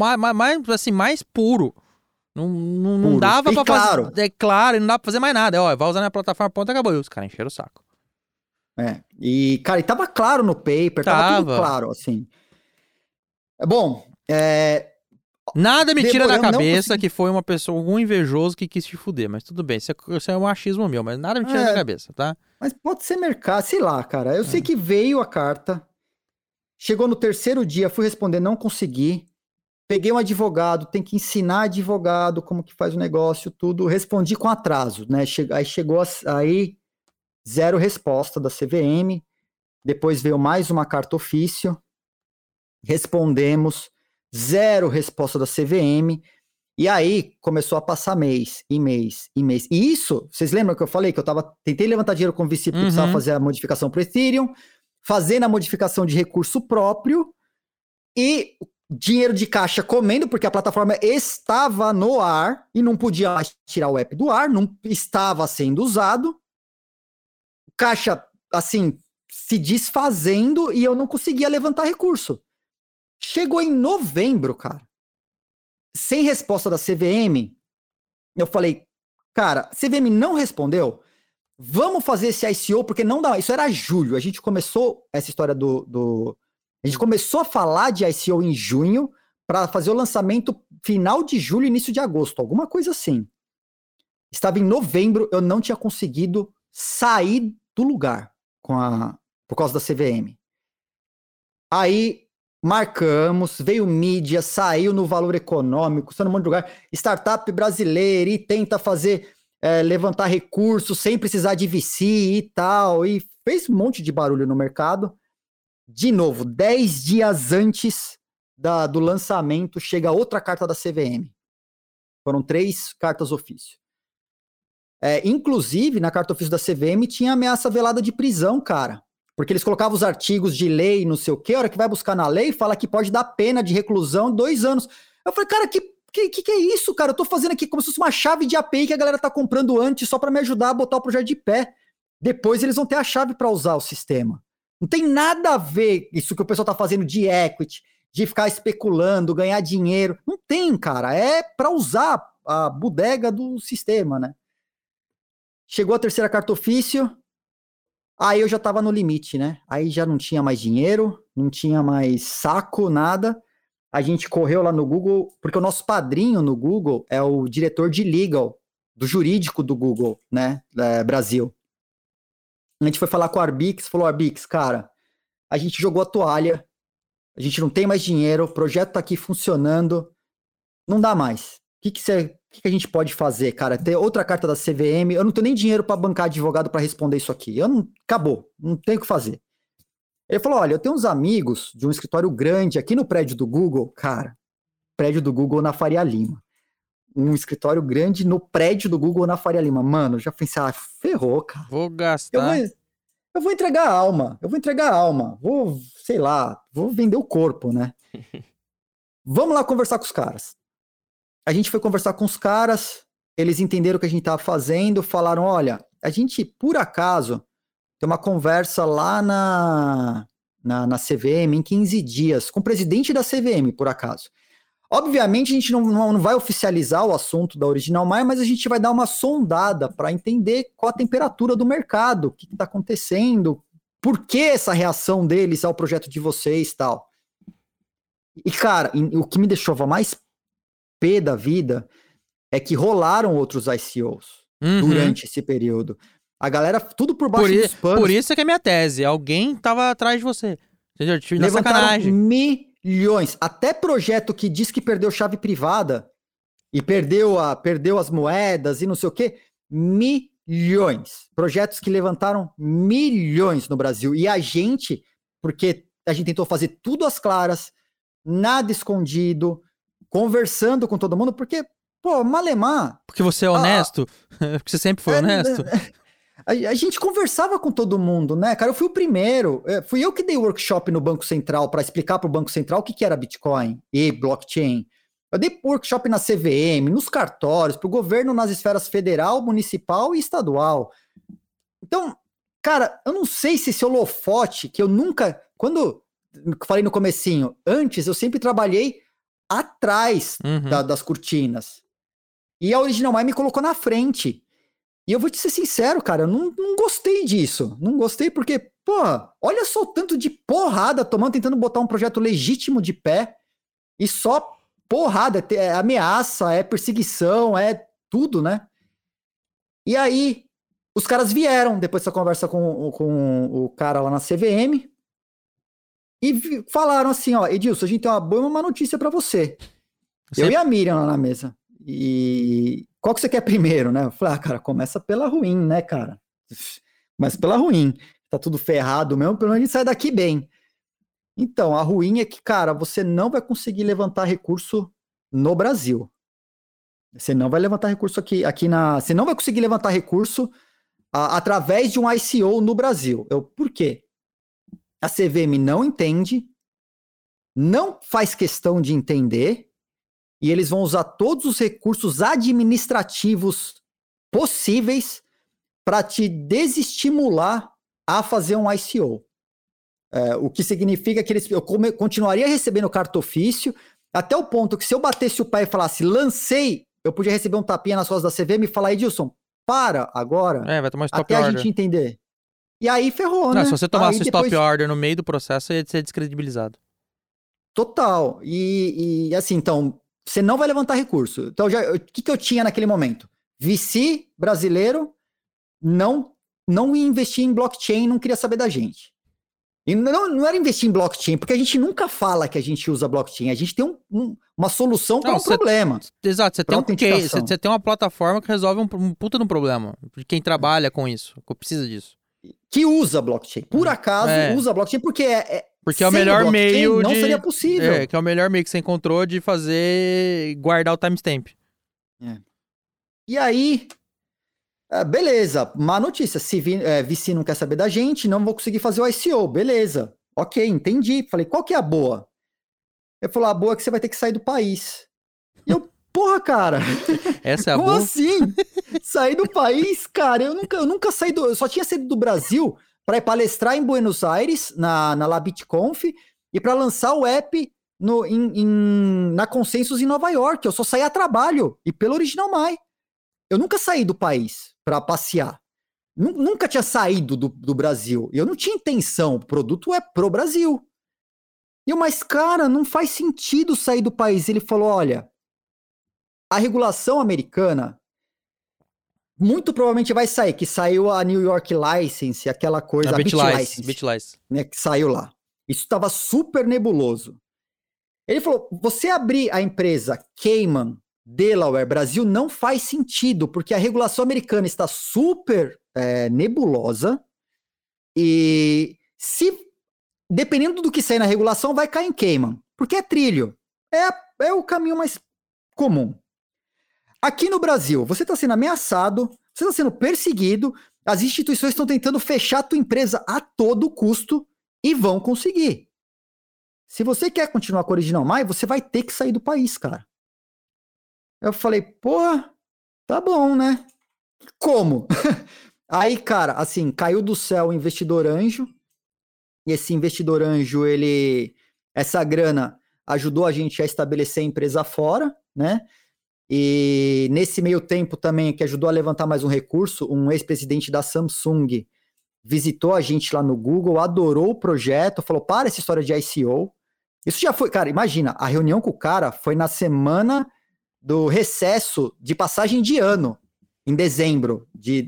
mais puro. Não dava pra fazer. É claro, não dá pra fazer mais nada. Vai usar na plataforma, ponto, acabou. E os caras encheram o saco. E, cara, e tava claro no paper, tava tudo claro, assim. Bom, nada me tira da cabeça que foi uma pessoa, algum invejoso que quis te fuder, mas tudo bem, isso é um achismo meu, mas nada me tira da cabeça, tá? Mas pode ser mercado, sei lá, cara. Eu sei que veio a carta, chegou no 3º dia, fui responder, não consegui. Peguei um advogado, tem que ensinar advogado como que faz o negócio, tudo. Respondi com atraso, né? Aí chegou, aí 0 resposta da CVM. Depois veio mais uma carta ofício. Respondemos. 0 resposta da CVM. E aí começou a passar mês, e mês, e mês. E isso, vocês lembram que eu falei que eu tentei levantar dinheiro com o VC porque precisava fazer a modificação para o Ethereum, fazendo a modificação de recurso próprio e dinheiro de caixa comendo, porque a plataforma estava no ar e não podia mais tirar o app do ar, não estava sendo usado. Caixa, assim, se desfazendo e eu não conseguia levantar recurso. Chegou em novembro, cara, sem resposta da CVM, eu falei, cara, CVM não respondeu, vamos fazer esse ICO, porque não dá, isso era julho, a gente começou essa história a gente começou a falar de ICO em junho para fazer o lançamento final de julho, início de agosto, alguma coisa assim. Estava em novembro, eu não tinha conseguido sair do lugar por causa da CVM. Aí marcamos, veio mídia, saiu no Valor Econômico, saiu num monte de lugar. Startup brasileira e tenta fazer, levantar recursos sem precisar de VC e tal. E fez um monte de barulho no mercado. De novo, 10 dias antes do lançamento, chega outra carta da CVM. Foram 3 cartas ofício. Inclusive, na carta ofício da CVM tinha ameaça velada de prisão, cara. Porque eles colocavam os artigos de lei, não sei o quê, a hora que vai buscar na lei, fala que pode dar pena de reclusão 2 anos. Eu falei, cara, que é isso, cara? Eu tô fazendo aqui como se fosse uma chave de API que a galera tá comprando antes só para me ajudar a botar o projeto de pé. Depois eles vão ter a chave para usar o sistema. Não tem nada a ver isso que o pessoal tá fazendo de equity, de ficar especulando, ganhar dinheiro. Não tem, cara. É para usar a bodega do sistema, né? Chegou a 3ª carta ofício, aí eu já tava no limite, né? Aí já não tinha mais dinheiro, não tinha mais saco, nada. A gente correu lá no Google, porque o nosso padrinho no Google é o diretor de legal, do jurídico do Google, né? Brasil. A gente foi falar com o Arbix, falou, Arbix, cara, a gente jogou a toalha, a gente não tem mais dinheiro, o projeto tá aqui funcionando, não dá mais. que a gente pode fazer, cara? Ter outra carta da CVM, eu não tenho nem dinheiro para bancar advogado para responder isso aqui. Acabou, não tenho o que fazer. Ele falou, olha, eu tenho uns amigos de um escritório grande aqui no prédio do Google, cara, prédio do Google na Faria Lima. Um escritório grande no prédio do Google na Faria Lima. Mano, eu já pensei, ferrou, cara. Vou gastar. Eu vou entregar a alma. Vou, sei lá, vou vender o corpo, né? Vamos lá conversar com os caras. A gente foi conversar com os caras, eles entenderam o que a gente tava fazendo, falaram, olha, a gente, por acaso, tem uma conversa lá na CVM em 15 dias, com o presidente da CVM, por acaso. Obviamente, a gente não vai oficializar o assunto da Original Maia, mas a gente vai dar uma sondada para entender qual a temperatura do mercado, o que está acontecendo, por que essa reação deles ao projeto de vocês e tal. E, cara, o que me deixou mais pé da vida é que rolaram outros ICOs durante esse período. A galera, tudo por baixo dos panos. Por isso é que é minha tese. Alguém tava atrás de você. Entendeu? Na levantaram sacanagem. Milhões. Até projeto que diz que perdeu chave privada e perdeu as moedas e não sei o quê. Milhões. Projetos que levantaram milhões no Brasil. E a gente, porque a gente tentou fazer tudo às claras, nada escondido, conversando com todo mundo, porque, pô, malemar... Porque você é honesto? Porque você sempre foi honesto? A gente conversava com todo mundo, né, cara? Eu fui o primeiro. Fui eu que dei workshop no Banco Central para explicar para o Banco Central o que era Bitcoin e blockchain. Eu dei workshop na CVM, nos cartórios, para o governo nas esferas federal, municipal e estadual. Então, cara, eu não sei se esse holofote que eu nunca... Quando falei no comecinho, antes eu sempre trabalhei atrás das cortinas. E a Original Maia me colocou na frente. E eu vou te ser sincero, cara, eu não gostei disso. Não gostei porque, porra, olha só o tanto de porrada tentando botar um projeto legítimo de pé. E só porrada, é ameaça, é perseguição, é tudo, né? E aí, os caras vieram, depois dessa conversa com o cara lá na CVM, e falaram assim, ó, Edilson, a gente tem uma boa e uma má notícia pra você. Eu e a Miriam lá na mesa. E qual que você quer primeiro, né? Eu falei, cara, começa pela ruim, né, cara? Começa pela ruim. Tá tudo ferrado mesmo, pelo menos a gente sai daqui bem. Então, a ruim é que, cara, você não vai conseguir levantar recurso no Brasil. Você não vai levantar recurso você não vai conseguir levantar recurso através de um ICO no Brasil. Por quê? A CVM não entende, não faz questão de entender, e eles vão usar todos os recursos administrativos possíveis para te desestimular a fazer um ICO. O que significa que eu continuaria recebendo carta-ofício, até o ponto que se eu batesse o pé e falasse lancei, eu podia receber um tapinha nas costas da CVM e falar, Edilson, para agora, vai tomar stop até order. A gente entender. E aí ferrou, né? Se você tomasse stop order no meio do processo, você ia ser descredibilizado. Total. E assim, então, você não vai levantar recurso. Então, o que eu tinha naquele momento? VC brasileiro não ia investir em blockchain, não queria saber da gente. E não era investir em blockchain, porque a gente nunca fala que a gente usa blockchain. A gente tem uma solução para um problema. Exato, você tem um case, você tem uma plataforma que resolve um puta de um problema. De quem trabalha com isso, que precisa disso. Que usa blockchain. Por acaso, usa blockchain, porque porque é o melhor meio não seria possível. Que é o melhor meio que você encontrou de guardar o timestamp. E aí, beleza, má notícia. Se VC não quer saber da gente, não vou conseguir fazer o ICO. Beleza. Ok, entendi. Falei, qual que é a boa? Ele falou, a boa é que você vai ter que sair do país. E eu, porra, cara. Essa é a Como boa? assim? Sair do país, cara? Eu nunca saí eu só tinha saído do Brasil para ir palestrar em Buenos Aires, na LabitConf, e para lançar o app na Consensus em Nova York. Eu só saí a trabalho e pelo Original Maia. Eu nunca saí do país para passear. Nunca tinha saído do Brasil. E eu não tinha intenção. O produto é pro Brasil. Mas, cara, não faz sentido sair do país. Ele falou, olha, a regulação americana muito provavelmente vai sair, que saiu a New York License, aquela coisa, a BitLicense, né, que saiu lá. Isso estava super nebuloso. Ele falou, você abrir a empresa Cayman Delaware, Brasil, não faz sentido, porque a regulação americana está super nebulosa e dependendo do que sair na regulação, vai cair em Cayman, porque é trilho. É o caminho mais comum. Aqui no Brasil, você está sendo ameaçado, você está sendo perseguido, as instituições estão tentando fechar a tua empresa a todo custo e vão conseguir. Se você quer continuar com a Original My, você vai ter que sair do país, cara. Eu falei, porra, tá bom, né? Como? Aí, cara, assim, caiu do céu o investidor anjo, e esse investidor anjo, essa grana ajudou a gente a estabelecer a empresa fora, né? E nesse meio tempo também, que ajudou a levantar mais um recurso, um ex-presidente da Samsung visitou a gente lá no Google, adorou o projeto, falou, para essa história de ICO. Isso já foi, cara, imagina, a reunião com o cara foi na semana do recesso de passagem de ano, em dezembro de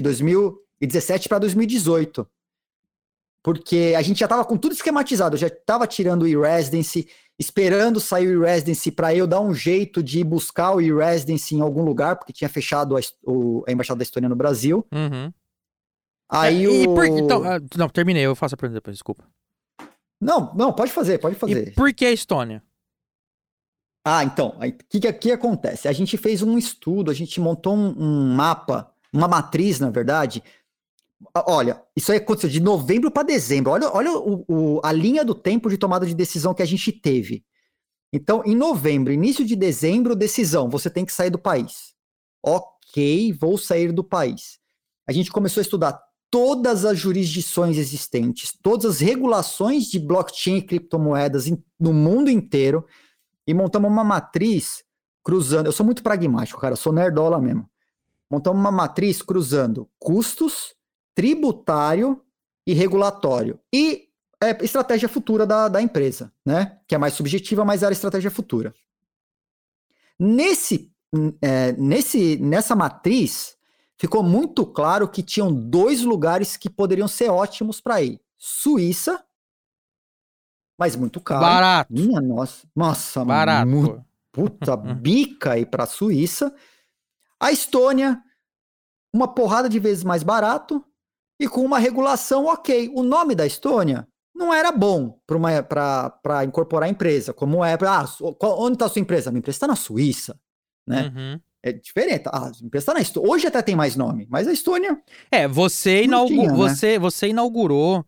2017 para 2018. Porque a gente já estava com tudo esquematizado, eu já estava tirando o e-residency, esperando sair o e-residency para eu dar um jeito de buscar o e-residency em algum lugar, porque tinha fechado a Embaixada da Estônia no Brasil. Uhum. Aí Então, não, terminei, eu faço a pergunta depois, desculpa. Não, pode fazer. E por que a Estônia? Então, o que acontece? A gente fez um estudo, a gente montou um mapa, uma matriz, na verdade. Olha, isso aí aconteceu de novembro para dezembro. Olha a linha do tempo de tomada de decisão que a gente teve. Então, em novembro, início de dezembro, decisão, você tem que sair do país. Ok, vou sair do país. A gente começou a estudar todas as jurisdições existentes, todas as regulações de blockchain e criptomoedas no mundo inteiro, e montamos uma matriz cruzando. Eu sou muito pragmático, cara, eu sou nerdola mesmo. Montamos uma matriz cruzando custos, tributário e regulatório. E estratégia futura da empresa, né? Que é mais subjetiva, mas era estratégia futura. Nessa matriz, ficou muito claro que tinham 2 lugares que poderiam ser ótimos para ir. Suíça, mas muito caro. Barato. Minha nossa, barato. Puta bica ir para a Suíça. A Estônia, uma porrada de vezes mais barato e com uma regulação ok. O nome da Estônia não era bom para incorporar a empresa, como é. Onde está a sua empresa? A minha empresa está na Suíça, né? Uhum. É diferente. A empresa está na Estônia. Hoje até tem mais nome, mas a Estônia... Você inaugurou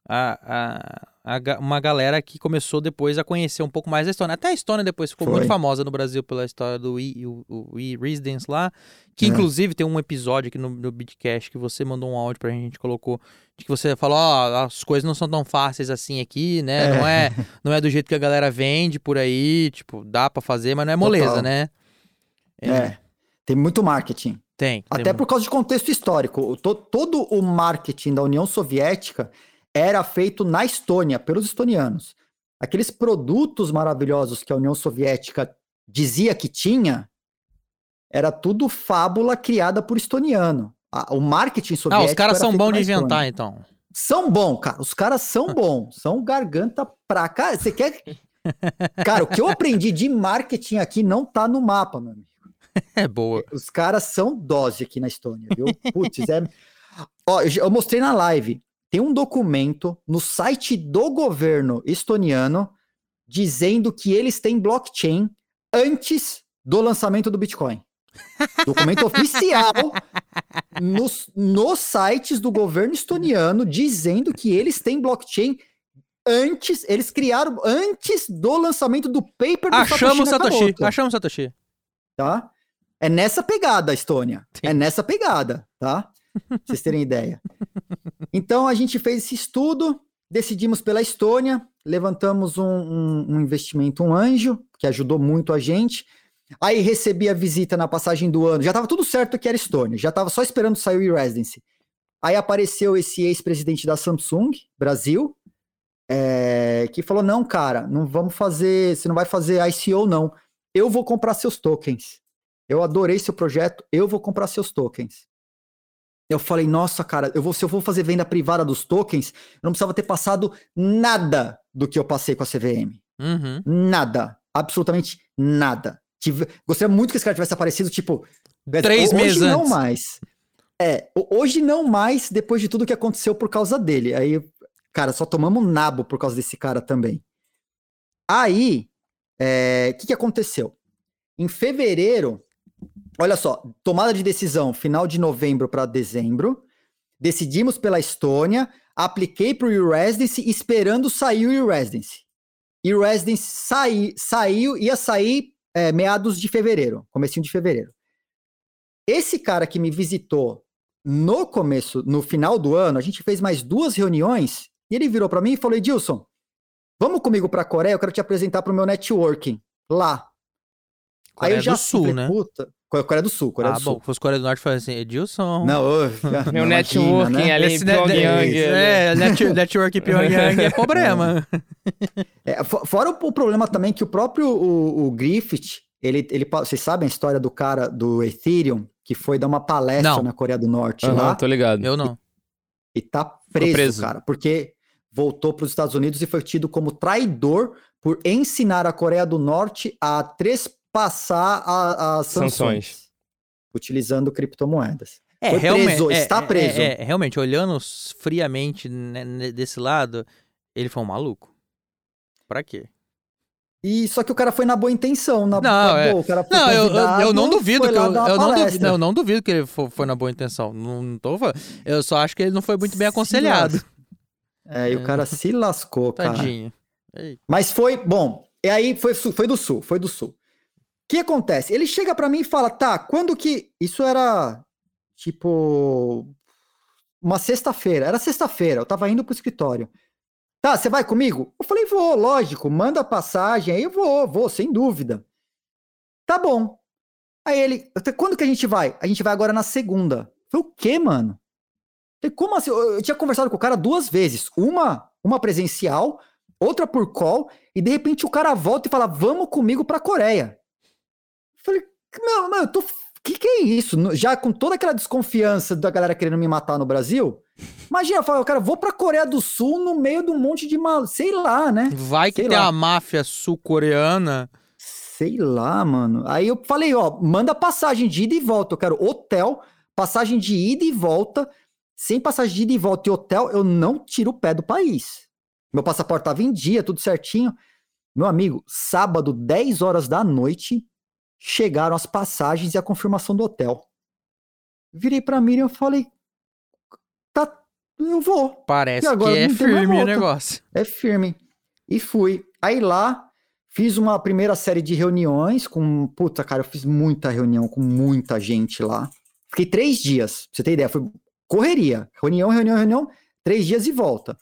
uma galera que começou depois a conhecer um pouco mais a Estônia. Até a Estônia depois ficou muito famosa no Brasil pela história do e-residence lá, que inclusive tem um episódio aqui no Bitcast que você mandou um áudio pra gente colocou, de que você falou, as coisas não são tão fáceis assim aqui, né? Não é do jeito que a galera vende por aí, tipo, dá pra fazer, mas não é moleza, Total. né? Tem muito marketing. Até por causa de contexto histórico. Todo o marketing da União Soviética era feito na Estônia, pelos estonianos. Aqueles produtos maravilhosos que a União Soviética dizia que tinha, era tudo fábula criada por estoniano. O marketing soviético... os caras são bons de inventar, então. São bons, cara. Os caras são bons. São garganta pra cá. Você quer... Cara, o que eu aprendi de marketing aqui não tá no mapa, meu amigo. É boa. Os caras são dose aqui na Estônia, viu? Putz, eu mostrei na live. Tem um documento no site do governo estoniano dizendo que eles têm blockchain antes do lançamento do Bitcoin. Documento oficial nos sites do governo estoniano dizendo que eles têm blockchain antes, eles criaram antes do lançamento do paper do Satoshi. Achamos Satoshi. Tá? É nessa pegada, Estônia. Sim. É nessa pegada, tá? Pra vocês terem ideia. Então, a gente fez esse estudo, decidimos pela Estônia, levantamos um investimento, um anjo, que ajudou muito a gente. Aí recebi a visita na passagem do ano. Já tava tudo certo que era Estônia. Já tava só esperando sair o e-residency. Aí apareceu esse ex-presidente da Samsung, Brasil, que falou, não, cara, não vamos fazer, você não vai fazer ICO, não. Eu vou comprar seus tokens. Eu adorei seu projeto, eu vou comprar seus tokens. Eu falei, nossa, cara, se eu vou fazer venda privada dos tokens, eu não precisava ter passado nada do que eu passei com a CVM. Uhum. Nada. Absolutamente nada. Gostaria muito que esse cara tivesse aparecido, tipo... 3 meses hoje não antes. mais. Hoje não mais, depois de tudo que aconteceu por causa dele. Aí, cara, só tomamos nabo por causa desse cara também. Aí, o que aconteceu? Em fevereiro, olha só, tomada de decisão, final de novembro para dezembro, decidimos pela Estônia, apliquei para o e-Residency, esperando sair o e-Residency. E-Residency ia sair meados de fevereiro, comecinho de fevereiro. Esse cara que me visitou no final do ano, a gente fez mais 2 reuniões, e ele virou para mim e falou, Edilson, vamos comigo para a Coreia, eu quero te apresentar para o meu networking lá. Coreia aí eu já do Sul, falei, né? Puta, Coreia do Sul, Coreia do Sul. Bom, se fosse Coreia do Norte, foi assim, Edilson... Não, Meu networking né? ali em Pyongyang. Network Pyongyang é problema. Fora o problema também que o próprio o Griffith, vocês sabem a história do cara do Ethereum, que foi dar uma palestra na Coreia do Norte lá. Tô ligado. Eu não. E tá preso, cara, porque voltou para os Estados Unidos e foi tido como traidor por ensinar a Coreia do Norte a trespassar as sanções. Utilizando criptomoedas. Foi preso, está preso. Realmente, olhando friamente desse lado, ele foi um maluco. Pra quê? E só que o cara foi na boa intenção, o cara foi eu não duvido eu não duvido que ele foi na boa intenção. Não tô falando. Eu só acho que ele não foi muito bem aconselhado. E o cara se lascou, cara. Tadinho. Mas foi, bom, e aí foi do Sul. O que acontece? Ele chega pra mim e fala, tá, quando que... Isso era, tipo, uma sexta-feira. Era sexta-feira, eu tava indo pro escritório. Tá, você vai comigo? Eu falei, vou, lógico, manda a passagem, aí eu vou, sem dúvida. Tá bom. Aí ele, quando que a gente vai? A gente vai agora na segunda. Eu falei, o quê, mano? Eu falei, como assim? Eu tinha conversado com o cara 2 vezes. Uma presencial, outra por call, e de repente o cara volta e fala, vamos comigo pra Coreia. Eu falei, meu, eu tô... Que é isso? Já com toda aquela desconfiança da galera querendo me matar no Brasil... Imagina, eu falo, cara, vou pra Coreia do Sul no meio de um monte de sei lá, né? Vai que tem a máfia sul-coreana. Sei lá, mano. Aí eu falei, manda passagem de ida e volta. Eu quero hotel, passagem de ida e volta. Sem passagem de ida e volta e hotel, eu não tiro o pé do país. Meu passaporte tava em dia, tudo certinho. Meu amigo, sábado, 10 horas da noite, chegaram as passagens e a confirmação do hotel. Virei pra Miriam e falei, tá, eu vou. Parece que é firme o negócio. É firme. E fui. Aí lá, fiz uma primeira série de reuniões com... Puta, cara, eu fiz muita reunião com muita gente lá. Fiquei 3 dias, pra você ter ideia. Foi correria. Reunião, 3 dias e volta.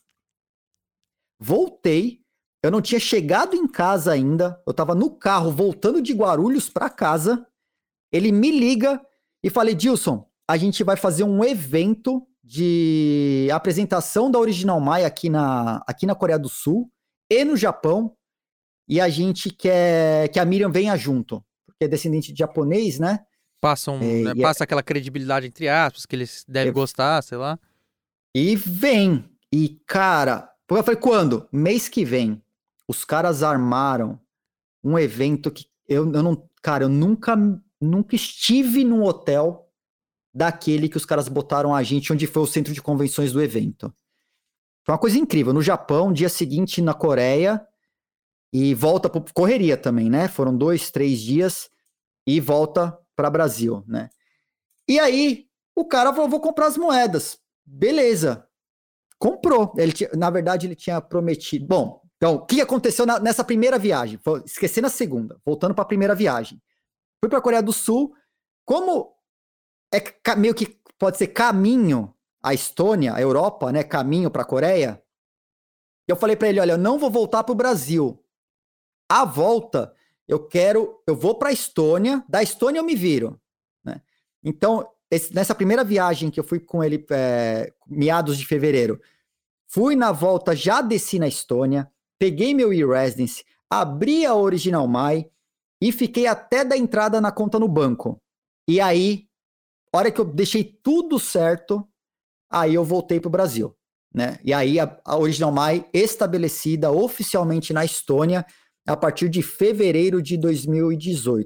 Voltei. Eu não tinha chegado em casa ainda. Eu tava no carro, voltando de Guarulhos pra casa. Ele me liga e falei, Dilson, a gente vai fazer um evento de apresentação da Original My aqui na Coreia do Sul e no Japão, e a gente quer que a Miriam venha junto, porque é descendente de japonês, né? Passa aquela credibilidade, entre aspas, que eles devem gostar, sei lá. E vem. E, cara, eu falei, quando? Mês que vem. Os caras armaram um evento que eu não... Cara, eu nunca estive num hotel daquele que os caras botaram a gente, onde foi o centro de convenções do evento. Foi uma coisa incrível. No Japão, dia seguinte na Coreia, e volta para correria também, né? Foram 2, 3 dias e volta para Brasil, né? E aí, o cara falou, vou comprar as moedas. Beleza. Comprou. Na verdade, ele tinha prometido... Bom, então, o que aconteceu nessa primeira viagem? Esquecendo a segunda, voltando para a primeira viagem. Fui para a Coreia do Sul. Como meio que pode ser caminho a Estônia, a Europa, né? Caminho para a Coreia. Eu falei para ele, olha, eu não vou voltar para o Brasil. A volta, eu vou para a Estônia. Da Estônia eu me viro, né? Então, nessa primeira viagem que eu fui com ele, meados de fevereiro, fui na volta, já desci na Estônia, peguei meu e-Residency, abri a Original My e fiquei até da entrada na conta no banco. E aí, hora que eu deixei tudo certo, aí eu voltei pro Brasil, né? E aí a Original My estabelecida oficialmente na Estônia a partir de fevereiro de 2018.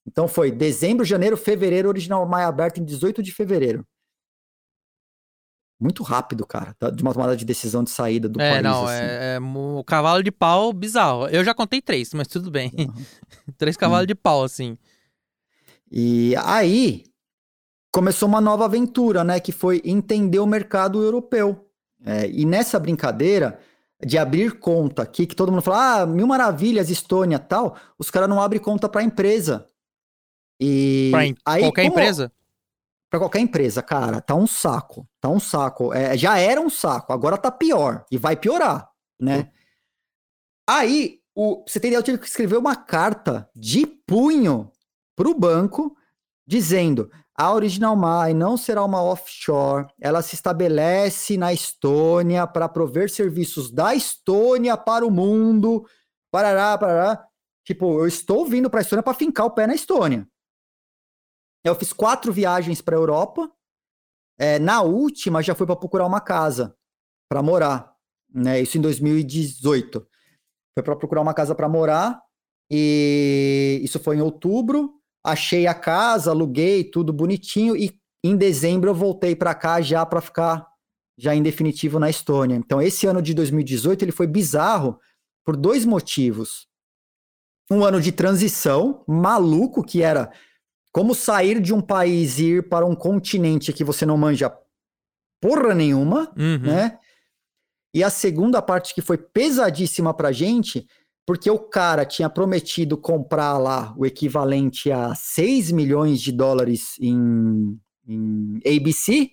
Então foi dezembro, janeiro, fevereiro, Original My aberto em 18 de fevereiro. Muito rápido, cara, de uma tomada de decisão de saída do país. Não, assim. é o cavalo de pau bizarro. Eu já contei 3, mas tudo bem. 3 cavalos de pau, assim. E aí começou uma nova aventura, né? Que foi entender o mercado europeu. E nessa brincadeira de abrir conta aqui, que todo mundo fala, mil maravilhas, Estônia e tal, os caras não abrem conta para empresa. E aí, qualquer empresa? Para qualquer empresa, cara, tá um saco. Já era um saco, agora tá pior. E vai piorar, né? Aí, você tem ideia, eu tive que escrever uma carta de punho pro banco, dizendo: a Original My não será uma offshore, ela se estabelece na Estônia para prover serviços da Estônia para o mundo, parará. Tipo, eu estou vindo para a Estônia para fincar o pé na Estônia. Eu fiz 4 viagens para a Europa. Na última, já fui para procurar uma casa para morar, né? Isso em 2018. Foi para procurar uma casa para morar, e isso foi em outubro. Achei a casa, aluguei, tudo bonitinho, e em dezembro eu voltei para cá já para ficar já em definitivo na Estônia. Então, esse ano de 2018 ele foi bizarro por 2 motivos. Um ano de transição maluco, que era como sair de um país e ir para um continente que você não manja porra nenhuma, né? E a segunda parte que foi pesadíssima pra gente, porque o cara tinha prometido comprar lá o equivalente a 6 milhões de dólares em ABC,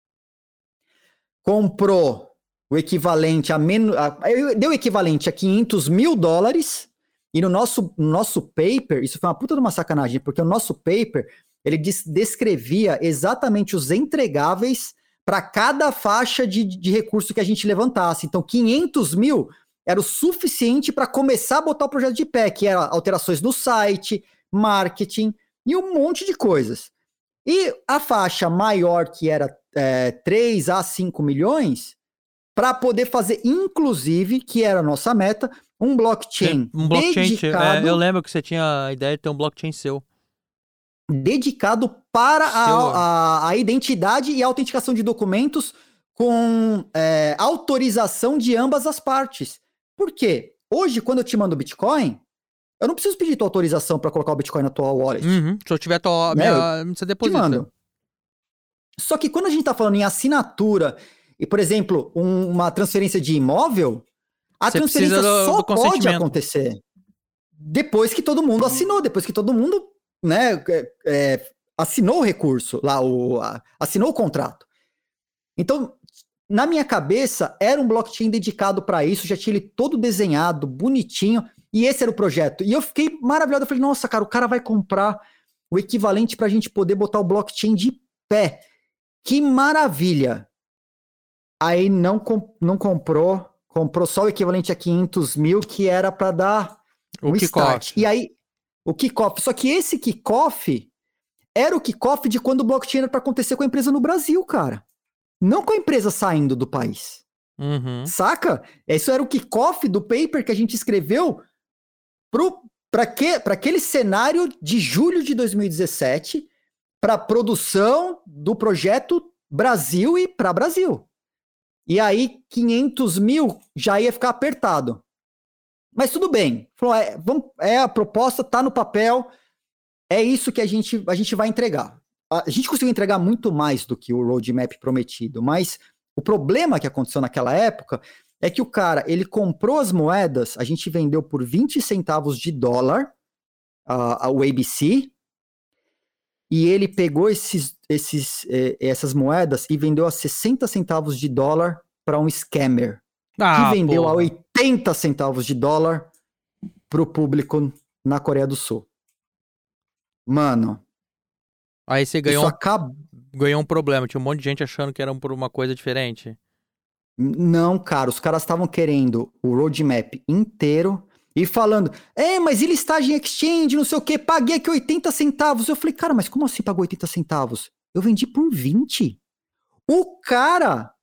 comprou o equivalente a menos... deu o equivalente a 500 mil dólares, e no nosso paper, isso foi uma puta de uma sacanagem, porque o nosso paper, ele descrevia exatamente os entregáveis para cada faixa de recurso que a gente levantasse. Então, 500 mil era o suficiente para começar a botar o projeto de pé, que era alterações no site, marketing e um monte de coisas. E a faixa maior, que era 3 a 5 milhões, para poder fazer, inclusive, que era a nossa meta, um blockchain dedicado... eu lembro que você tinha a ideia de ter um blockchain seu. Dedicado para a identidade e a autenticação de documentos com autorização de ambas as partes. Por quê? Hoje, quando eu te mando Bitcoin, eu não preciso pedir tua autorização para colocar o Bitcoin na tua wallet. Se eu tiver você deposita. Te mando. Só que quando a gente tá falando em assinatura e, por exemplo, uma transferência de imóvel, a transferência só pode acontecer depois que todo mundo assinou, depois que todo mundo, né, assinou o recurso, assinou o contrato. Então, na minha cabeça, era um blockchain dedicado para isso, já tinha ele todo desenhado, bonitinho, e esse era o projeto. E eu fiquei maravilhado, eu falei, nossa, cara, o cara vai comprar o equivalente para a gente poder botar o blockchain de pé. Que maravilha! Aí não comprou só o equivalente a 500 mil, que era para dar o start. E aí, o kickoff. Só que esse kickoff era o kickoff de quando o blockchain era para acontecer com a empresa no Brasil, cara. Não com a empresa saindo do país. Saca? Isso era o kickoff do paper que a gente escreveu para aquele cenário de julho de 2017, para a produção do projeto Brasil e para Brasil. E aí, 500 mil já ia ficar apertado. Mas tudo bem. Falou, a proposta, tá no papel, é isso que a gente vai entregar. A gente conseguiu entregar muito mais do que o roadmap prometido, mas o problema que aconteceu naquela época é que o cara, ele comprou as moedas, a gente vendeu por 20 centavos de dólar, o ABC, e ele pegou essas moedas e vendeu a 60 centavos de dólar para um scammer, que vendeu a 80 centavos de dólar para o público na Coreia do Sul. Mano, aí você ganhou um problema, tinha um monte de gente achando que era por uma coisa diferente. Não, cara, os caras estavam querendo o roadmap inteiro e falando, mas e listagem exchange, não sei o que, paguei aqui 80 centavos. Eu falei, cara, mas como assim pagou 80 centavos? Eu vendi por 20. O cara,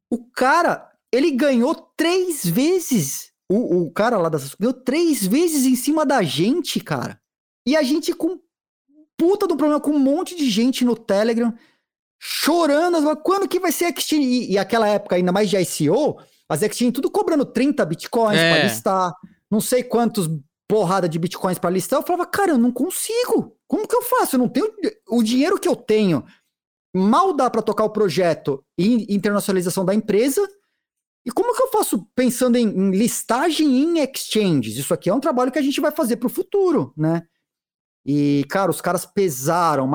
ele ganhou 3 vezes. O cara lá ganhou 3 vezes em cima da gente, cara. E a gente com puta de um problema com um monte de gente no Telegram, chorando, quando que vai ser exchange? E aquela época, ainda mais de ICO, as exchange tudo cobrando 30 bitcoins pra listar, não sei quantos porrada de bitcoins pra listar. Eu falava, cara, eu não consigo. Como que eu faço? Eu não tenho o dinheiro que eu tenho. Mal dá pra tocar o projeto e internacionalização da empresa. E como que eu faço pensando em listagem em exchanges? Isso aqui é um trabalho que a gente vai fazer pro futuro, né? E, cara, os caras pesaram.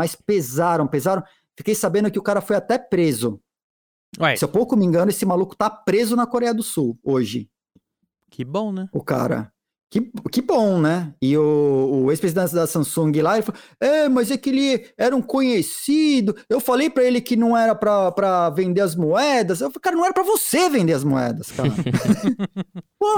Fiquei sabendo que o cara foi até preso. Ué. Se eu pouco me engano, esse maluco tá preso na Coreia do Sul hoje. Que bom, né? O cara. Que bom, né? E o ex-presidente da Samsung lá, ele falou, mas é que ele era um conhecido. Eu falei pra ele que não era pra vender as moedas. Eu falei, cara, não era pra você vender as moedas, cara. Pô!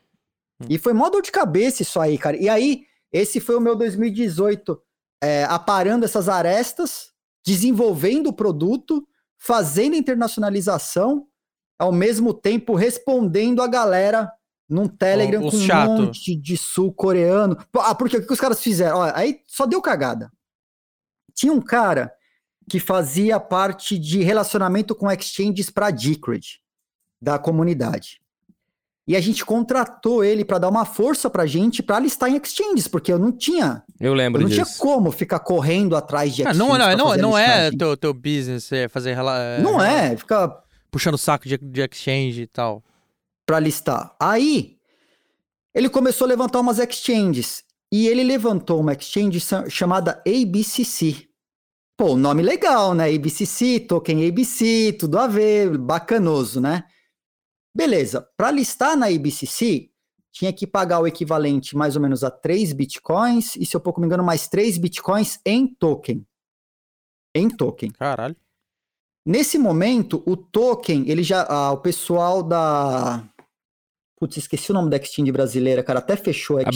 E foi mó dor de cabeça isso aí, cara. E aí, esse foi o meu 2018, aparando essas arestas, desenvolvendo o produto, fazendo internacionalização, ao mesmo tempo respondendo a galera num Telegram com um monte de sul-coreano. Porque o que os caras fizeram? Ó, aí só deu cagada. Tinha um cara que fazia parte de relacionamento com exchanges para Decred, da comunidade. E a gente contratou ele para dar uma força pra gente para listar em exchanges, porque eu não tinha. Eu lembro disso. Não tinha como ficar correndo atrás de exchanges. Não é teu business fazer... Não é, ficar puxando o saco de exchange e tal. Pra listar. Aí, ele começou a levantar umas exchanges. E ele levantou uma exchange chamada ABCC. Pô, nome legal, né? ABCC, token ABC, tudo a ver, bacanoso, né? Beleza. Para listar na ABCC, tinha que pagar o equivalente mais ou menos a 3 bitcoins e, se eu pouco me engano, mais 3 bitcoins em token. Em token. Caralho. Nesse momento, o token, ele já... o pessoal da... Putz, esqueci o nome da exchange brasileira, cara. Até fechou a exchange.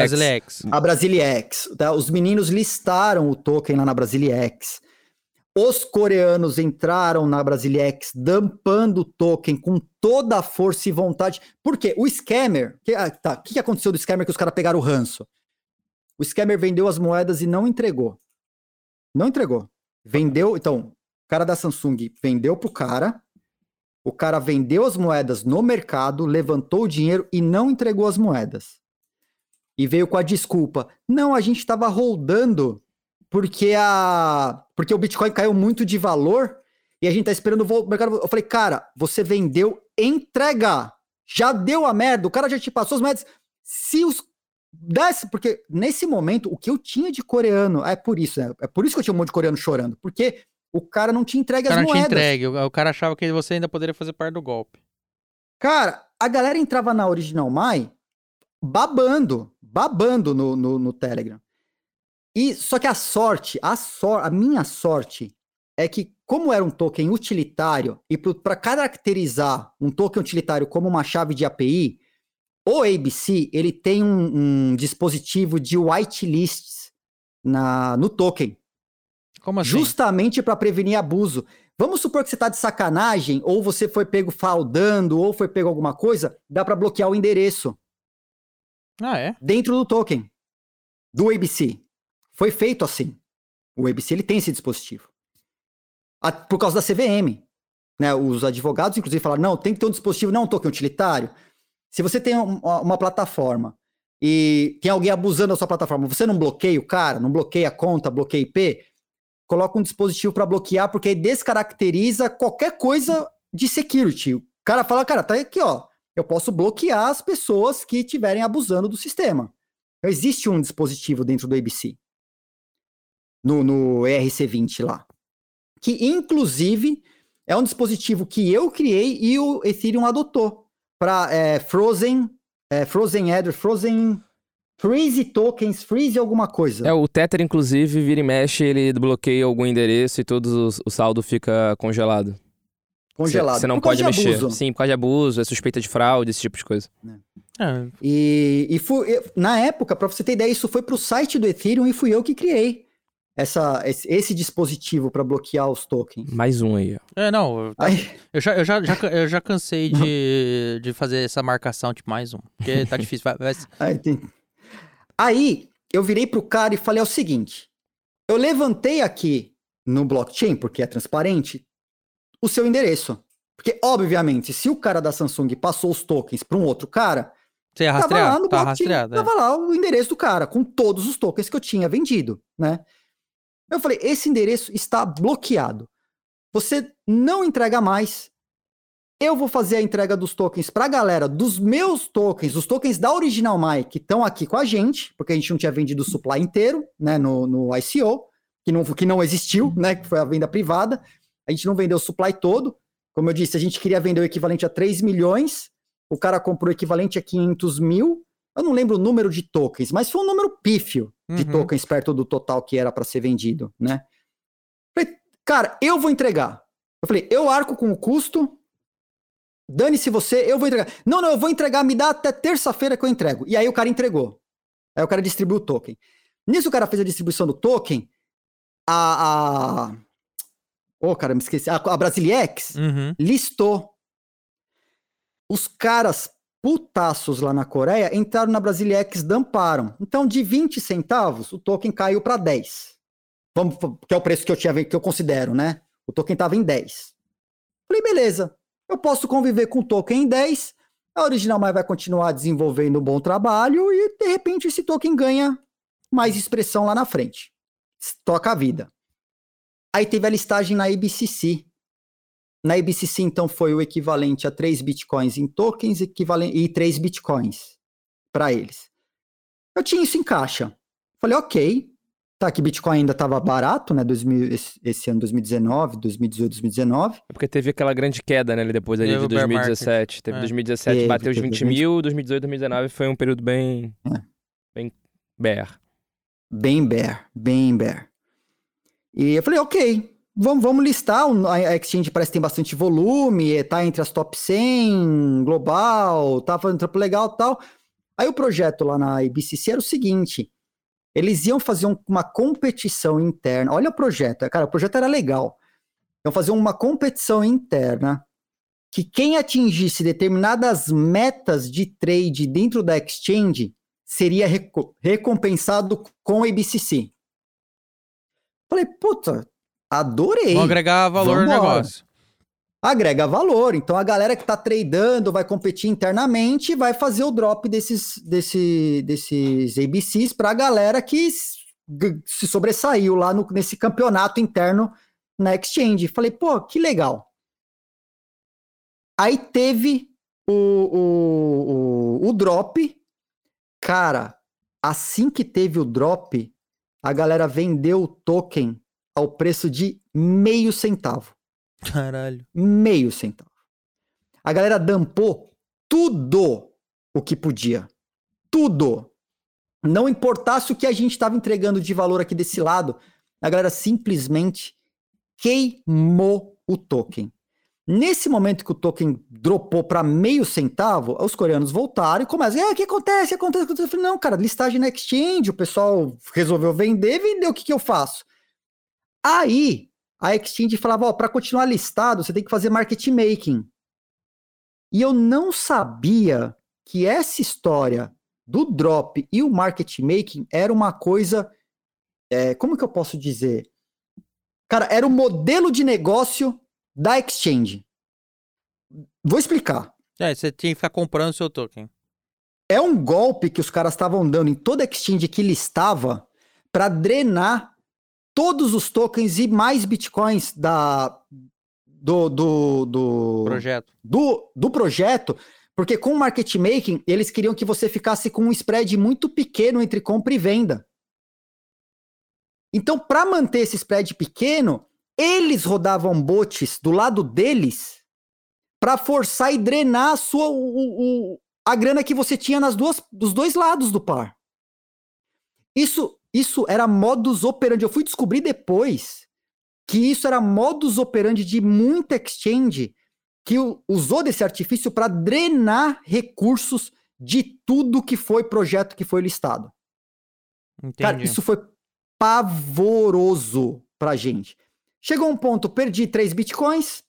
A Brasiliex. Tá? Os meninos listaram o token lá na Brasiliex. Os coreanos entraram na Brasiliex, dumpando o token com toda a força e vontade. Por quê? O scammer... O que aconteceu do scammer que os caras pegaram o ranço? O scammer vendeu as moedas e não entregou. Não entregou. Vendeu... Então, o cara da Samsung vendeu pro cara... O cara vendeu as moedas no mercado, levantou o dinheiro e não entregou as moedas. E veio com a desculpa. Não, a gente estava holdando porque o Bitcoin caiu muito de valor e a gente tá esperando o mercado. Eu falei, cara, você vendeu, entrega. Já deu a merda, o cara já te passou as moedas. Se os desse, porque nesse momento, o que eu tinha de coreano, é por isso, né? É por isso que eu tinha um monte de coreano chorando. Porque... O cara não te entrega as moedas. O cara não te entregue. O cara achava que você ainda poderia fazer parte do golpe. Cara, a galera entrava na Original My babando no Telegram. E só que a minha sorte é que, como era um token utilitário, e para caracterizar um token utilitário como uma chave de API, o ABC, ele tem um dispositivo de whitelists no token. Como assim? Justamente para prevenir abuso. Vamos supor que você está de sacanagem, ou você foi pego fraudando, ou foi pego alguma coisa, dá para bloquear o endereço. Ah, é? Dentro do token. Do ABC. Foi feito assim. O ABC, ele tem esse dispositivo. Por causa da CVM. Né? Os advogados, inclusive, falaram, não, tem que ter um dispositivo, não um token utilitário. Se você tem uma plataforma e tem alguém abusando da sua plataforma, você não bloqueia o cara, não bloqueia a conta, bloqueia IP... Coloca um dispositivo para bloquear, porque aí descaracteriza qualquer coisa de security. O cara fala, cara, tá aqui, ó. Eu posso bloquear as pessoas que estiverem abusando do sistema. Então, existe um dispositivo dentro do ABC. No ERC20 lá. Que, inclusive, é um dispositivo que eu criei e o Ethereum adotou. Para Frozen Freeze tokens, freeze alguma coisa. O Tether, inclusive, vira e mexe, ele bloqueia algum endereço e o saldo fica congelado. Congelado. Você não pode mexer. Abuso. Sim, por causa de abuso, suspeita de fraude, esse tipo de coisa. E na época, pra você ter ideia, isso foi pro site do Ethereum e fui eu que criei esse dispositivo para bloquear os tokens. Mais um aí, ó. Eu já cansei de fazer essa marcação, tipo, mais um. Porque tá difícil. Aí eu virei pro cara e falei o seguinte, Eu levantei aqui no blockchain, porque é transparente, o seu endereço. Porque, obviamente, se o cara da Samsung passou os tokens para um outro cara, Você ia tava lá rastrear? no Tá blockchain, rastreado. tava lá o endereço do cara, com todos os tokens que eu tinha vendido, né? Eu falei, esse endereço está bloqueado. Você não entrega mais. Eu vou fazer a entrega dos tokens para a galera dos meus tokens, os tokens da Original My, que estão aqui com a gente, porque a gente não tinha vendido o supply inteiro, né, no ICO, que não existiu, né, que foi a venda privada. A gente não vendeu o supply todo. Como eu disse, a gente queria vender o equivalente a 3 milhões, o cara comprou o equivalente a 500 mil. Eu não lembro o número de tokens, mas foi um número pífio de tokens perto do total que era para ser vendido, né? Falei, cara, eu vou entregar. Eu falei, eu arco com o custo, dane-se você, eu vou entregar. Não, eu vou entregar, me dá até terça-feira que eu entrego. E aí o cara entregou. Aí o cara distribuiu o token. Nisso o cara fez a distribuição do token, cara, me esqueci. A Brasiliex listou. Os caras putaços lá na Coreia entraram na Brasiliex, damparam. Então, de 20 centavos, o token caiu para 10. Que é o preço que eu considero, né? O token estava em 10. Falei, beleza. Eu posso conviver com o token em 10. A Original My vai continuar desenvolvendo um bom trabalho e, de repente, esse token ganha mais expressão lá na frente. Toca a vida. Aí teve a listagem na IBCC. Na IBCC, então, foi o equivalente a 3 bitcoins em tokens e 3 bitcoins para eles. Eu tinha isso em caixa. Falei, ok. Tá, que Bitcoin ainda estava barato, né? Esse ano, 2019, 2018, 2019. É porque teve aquela grande queda, né? Depois ali de 2017. Teve 2017, bateu os 20 mil, 2018, 2019 foi um período bem bear. Bem bear. E eu falei, ok, vamos listar. A exchange parece que tem bastante volume, tá entre as top 100 global, tá fazendo trampo legal e tal. Aí o projeto lá na IBCC era o seguinte, eles iam fazer uma competição interna. Olha o projeto, cara, o projeto era legal. Iam fazer uma competição interna que quem atingisse determinadas metas de trade dentro da exchange seria recompensado com a IBCC. Falei, puta, adorei. Vou agregar valor no negócio. Agrega valor. Então a galera que tá tradando vai competir internamente e vai fazer o drop desses ABCs pra galera que se sobressaiu lá nesse campeonato interno na exchange. Falei, pô, que legal. Aí teve o drop. Cara, assim que teve o drop, a galera vendeu o token ao preço de meio centavo. Caralho. Meio centavo. A galera dampou tudo o que podia. Tudo. Não importasse o que a gente estava entregando de valor aqui desse lado, a galera simplesmente queimou o token. Nesse momento que o token dropou para meio centavo, os coreanos voltaram e começam, o que acontece? Eu falei, não, cara, listagem na exchange, o pessoal resolveu vendeu, o que eu faço? Aí, a exchange falava, para continuar listado, você tem que fazer market making. E eu não sabia que essa história do drop e o market making era uma coisa, como que eu posso dizer? Cara, era o modelo de negócio da exchange. Vou explicar. Você tinha que ficar comprando o seu token. É um golpe que os caras estavam dando em toda exchange que listava para drenar todos os tokens e mais bitcoins do projeto. Do projeto, porque com o market making, eles queriam que você ficasse com um spread muito pequeno entre compra e venda. Então, para manter esse spread pequeno, eles rodavam bots do lado deles para forçar e drenar a grana que você tinha dos dois lados do par. Isso era modus operandi. Eu fui descobrir depois que isso era modus operandi de muita exchange que usou desse artifício para drenar recursos de tudo que foi projeto que foi listado. Entendi. Cara, isso foi pavoroso pra gente. Chegou um ponto, perdi 3 bitcoins,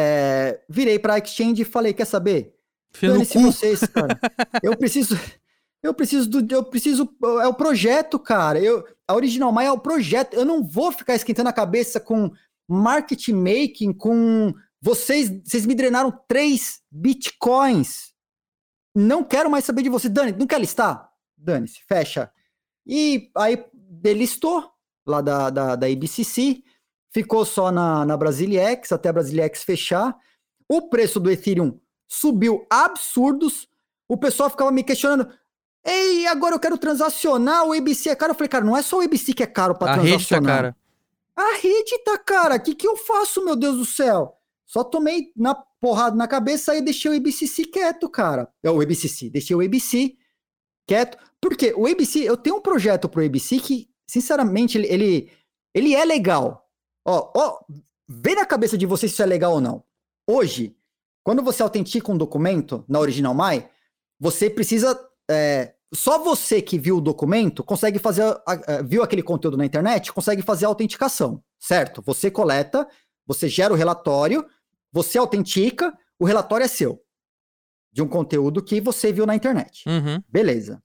virei pra exchange e falei, quer saber? Dane-se vocês, cara. Eu preciso Eu preciso, é o projeto, cara. A Original My é o projeto. Eu não vou ficar esquentando a cabeça com market making, com vocês me drenaram 3 bitcoins. Não quero mais saber de você. Dani, não quer listar? Dane-se, fecha. E aí delistou lá da ABCC, ficou só na Brasilex, até a Brasilex fechar. O preço do Ethereum subiu absurdos. O pessoal ficava me questionando: ei, agora eu quero transacionar, o ABC é caro. Eu falei, cara, não é só o ABC que é caro pra transacionar. A rede tá cara. A rede tá cara. O que eu faço, meu Deus do céu? Só tomei na porrada na cabeça e deixei o ABCC quieto, cara. Deixei o ABC quieto. Por quê? O ABC, eu tenho um projeto pro ABC que, sinceramente, ele é legal. Ó, vê na cabeça de vocês se isso é legal ou não. Hoje, quando você autentica um documento na Original My, você precisa... só você que viu o documento consegue fazer, viu aquele conteúdo na internet, consegue fazer a autenticação, certo? Você coleta, você gera o relatório, você autentica, o relatório é seu. De um conteúdo que você viu na internet. Uhum. Beleza.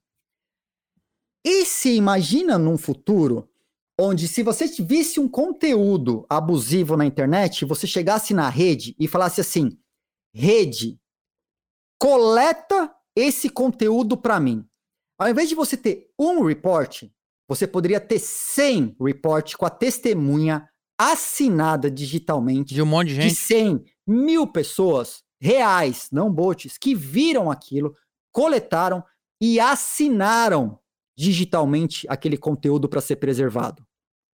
E se imagina num futuro onde se você visse um conteúdo abusivo na internet, você chegasse na rede e falasse assim: rede, coleta esse conteúdo para mim. Ao invés de você ter um report, você poderia ter 100 report com a testemunha assinada digitalmente de um monte de gente. De 100 mil pessoas reais, não bots, que viram aquilo, coletaram e assinaram digitalmente aquele conteúdo para ser preservado.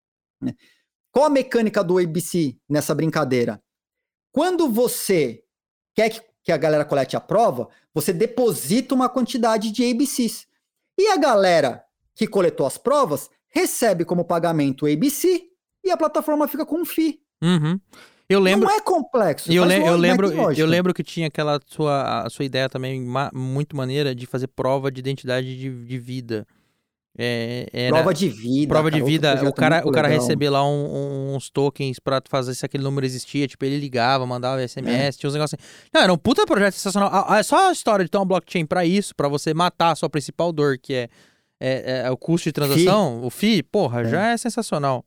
Qual a mecânica do ABC nessa brincadeira? Quando você quer que a galera colete a prova, você deposita uma quantidade de ABCs. E a galera que coletou as provas recebe como pagamento o ABC e a plataforma fica com um FII. Uhum. Eu lembro, não é complexo. Eu lembro que tinha aquela a sua ideia também muito maneira de fazer prova de identidade de vida. Prova de vida. Prova de vida, o cara receber lá uns tokens pra fazer se aquele número existia. Tipo, ele ligava, mandava SMS, tinha uns negócios assim. Não, era um puta projeto sensacional. É só a história de ter uma blockchain pra isso, pra você matar a sua principal dor, que é o custo de transação, o FII, porra, já é sensacional.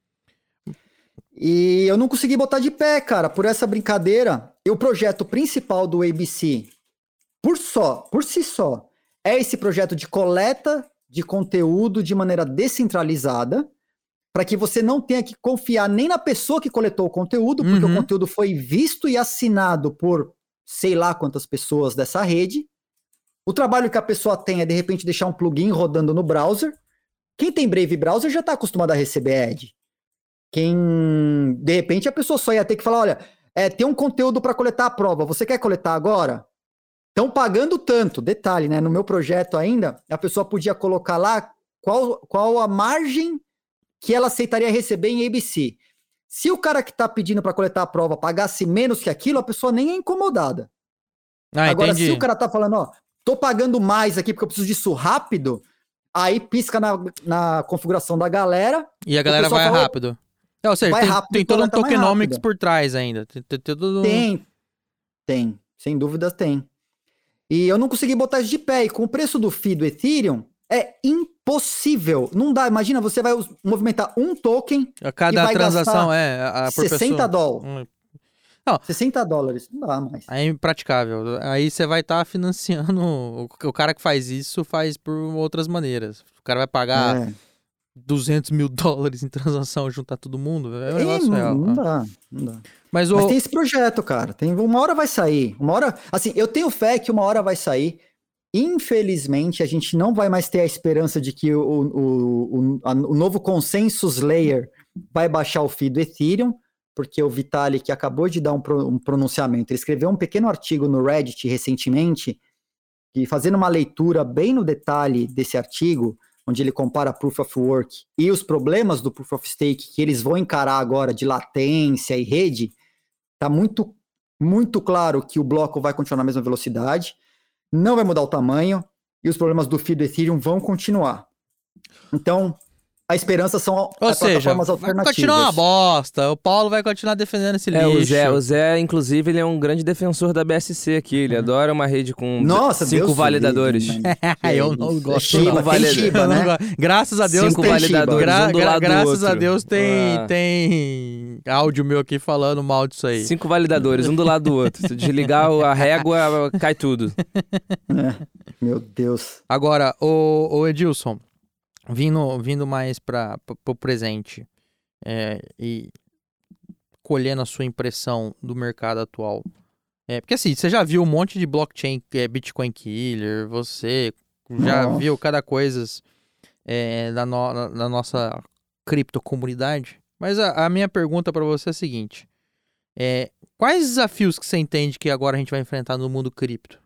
E eu não consegui botar de pé, cara, por essa brincadeira. E o projeto principal do ABC, por si só, é esse projeto de coleta de conteúdo de maneira descentralizada, para que você não tenha que confiar nem na pessoa que coletou o conteúdo, porque o conteúdo foi visto e assinado por sei lá quantas pessoas dessa rede. O trabalho que a pessoa tem é, de repente, deixar um plugin rodando no browser. Quem tem Brave Browser já está acostumado a receber ad. De repente, a pessoa só ia ter que falar, olha, tem um conteúdo para coletar a prova, você quer coletar agora? Estão pagando tanto. Detalhe, né? No meu projeto ainda, a pessoa podia colocar lá qual a margem que ela aceitaria receber em ABC. Se o cara que está pedindo para coletar a prova pagasse menos que aquilo, a pessoa nem é incomodada. Agora, entendi. Se o cara tá falando, ó, tô pagando mais aqui porque eu preciso disso rápido, aí pisca na configuração da galera. E a galera vai rápido. Ou seja, tem todo um tokenomics por trás ainda. Tem. Sem dúvidas tem. E eu não consegui botar isso de pé. E com o preço do FII do Ethereum, é impossível. Não dá. Imagina, você vai movimentar um token a cada e vai transação gastar por $60. Não, $60. Não dá mais. É impraticável. Aí você vai estar financiando... O cara que faz isso faz por outras maneiras. O cara vai pagar... $200 mil em transação, juntar todo mundo. É um negócio real. Não dá. Mas tem esse projeto, cara. Uma hora vai sair. Assim, eu tenho fé que uma hora vai sair. Infelizmente, a gente não vai mais ter a esperança de que o novo Consensus Layer vai baixar o FII do Ethereum, porque o Vitalik acabou de dar um pronunciamento. Ele escreveu um pequeno artigo no Reddit recentemente, e fazendo uma leitura bem no detalhe desse artigo, onde ele compara Proof of Work e os problemas do Proof of Stake que eles vão encarar agora de latência e rede, tá muito, muito claro que o bloco vai continuar na mesma velocidade, não vai mudar o tamanho e os problemas do FII do Ethereum vão continuar. Então, a esperança são as plataformas alternativas. Vai continuar uma bosta. O Paulo vai continuar defendendo esse lixo. O Zé, inclusive, ele é um grande defensor da BSC aqui. Ele adora uma rede com 5 validadores. Eu não gosto. Shiba, né? Graças a Deus 5 validadores, um do lado graças do a outro. Deus tem áudio meu aqui falando mal disso aí. 5 validadores, um do lado do outro. Se desligar a régua, cai tudo. Meu Deus. Agora, o Edilson, vindo mais para o presente e colhendo a sua impressão do mercado atual. Porque assim, você já viu um monte de blockchain, Bitcoin Killer, você já viu cada coisa na nossa criptocomunidade. Mas a minha pergunta para você é a seguinte. Quais desafios que você entende que agora a gente vai enfrentar no mundo cripto?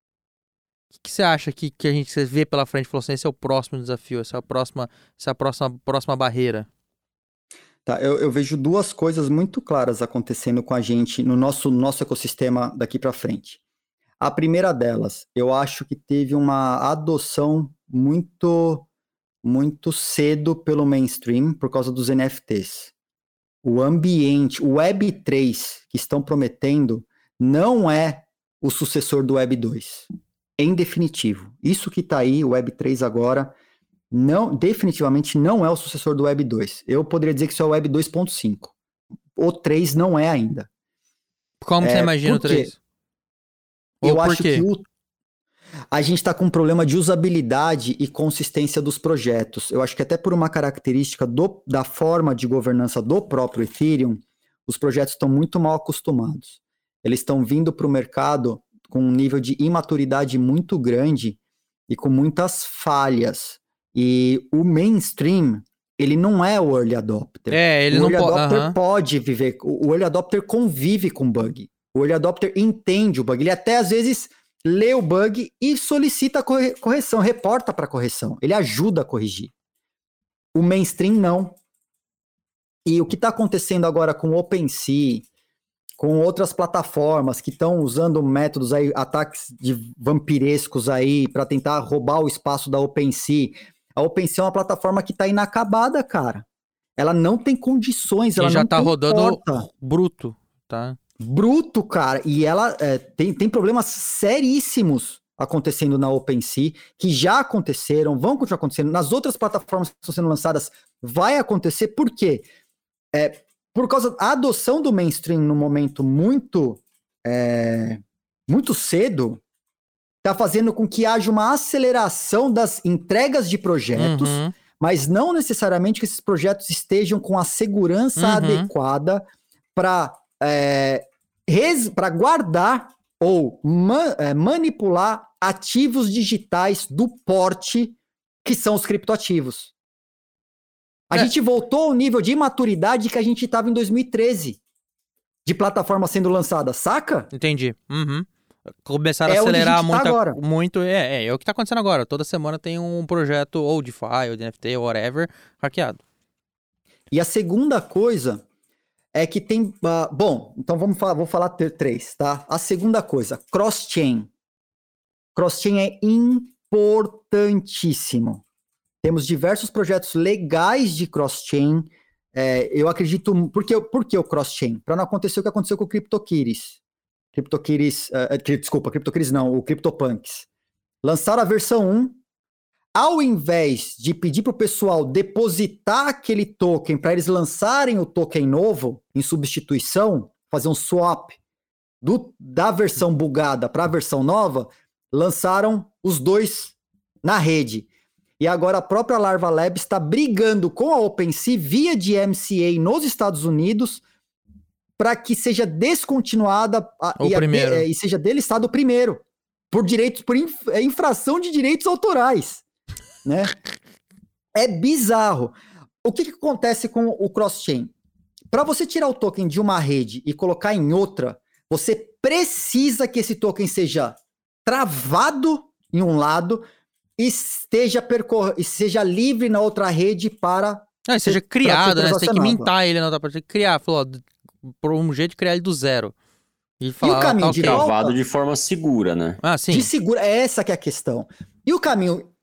O que você acha que você vê pela frente e falou assim, esse é o próximo desafio, essa é a próxima barreira? Tá, eu vejo duas coisas muito claras acontecendo com a gente no nosso ecossistema daqui para frente. A primeira delas, eu acho que teve uma adoção muito, muito cedo pelo mainstream por causa dos NFTs. O ambiente, o Web3 que estão prometendo não é o sucessor do Web2. Em definitivo. Isso que está aí, o Web3 agora, definitivamente não é o sucessor do Web2. Eu poderia dizer que isso é o Web 2.5. O 3 não é ainda. Como você imagina o 3? Eu acho que a gente está com um problema de usabilidade e consistência dos projetos. Eu acho que até por uma característica da forma de governança do próprio Ethereum, os projetos estão muito mal acostumados. Eles estão vindo para o mercado com um nível de imaturidade muito grande e com muitas falhas. E o mainstream, ele não é o early adopter. Ele não pode... O early adopter pode viver... O early adopter convive com bug. O early adopter entende o bug. Ele até, às vezes, lê o bug e solicita a correção, reporta para correção. Ele ajuda a corrigir. O mainstream, não. E o que está acontecendo agora com o OpenSea, com outras plataformas que estão usando métodos aí, ataques vampirescos aí para tentar roubar o espaço da OpenSea. A OpenSea é uma plataforma que está inacabada, cara. Ela não tem condições, ela já não tá rodando bruto, tá? Bruto, cara. E ela tem problemas seríssimos acontecendo na OpenSea, que já aconteceram, vão continuar acontecendo. Nas outras plataformas que estão sendo lançadas, vai acontecer. Por quê? Por causa da adoção do mainstream no momento muito cedo, está fazendo com que haja uma aceleração das entregas de projetos, mas não necessariamente que esses projetos estejam com a segurança adequada para guardar ou manipular ativos digitais do porte que são os criptoativos. A gente voltou ao nível de imaturidade que a gente estava em 2013, de plataforma sendo lançada, saca? Entendi. Começaram a acelerar muito. É o que está acontecendo agora. Toda semana tem um projeto ou DeFi, ou de NFT, ou whatever, hackeado. E a segunda coisa é que tem... então vou falar 3, tá? A segunda coisa, cross-chain. Cross-chain é importantíssimo. Temos diversos projetos legais de cross-chain. Eu acredito... Por que o cross-chain? Para não acontecer o que aconteceu com o CryptoKitties. CryptoKitties não, o CryptoPunks. Lançaram a versão 1. Ao invés de pedir para o pessoal depositar aquele token para eles lançarem o token novo em substituição, fazer um swap da versão bugada para a versão nova, lançaram os dois na rede. E agora a própria Larva Labs está brigando com a OpenSea via de MCA nos Estados Unidos para que seja descontinuada e seja delistado primeiro por infração de direitos autorais, né? É bizarro. O que acontece com o cross-chain? Para você tirar o token de uma rede e colocar em outra, você precisa que esse token seja travado em um lado e seja livre na outra rede para... seja criado, né? Você tem que mintar ele na outra parte. Tem que criar, por um jeito de criar ele do zero. E o caminho de travado de forma segura, né? Sim. De segura, essa que é a questão. E o caminho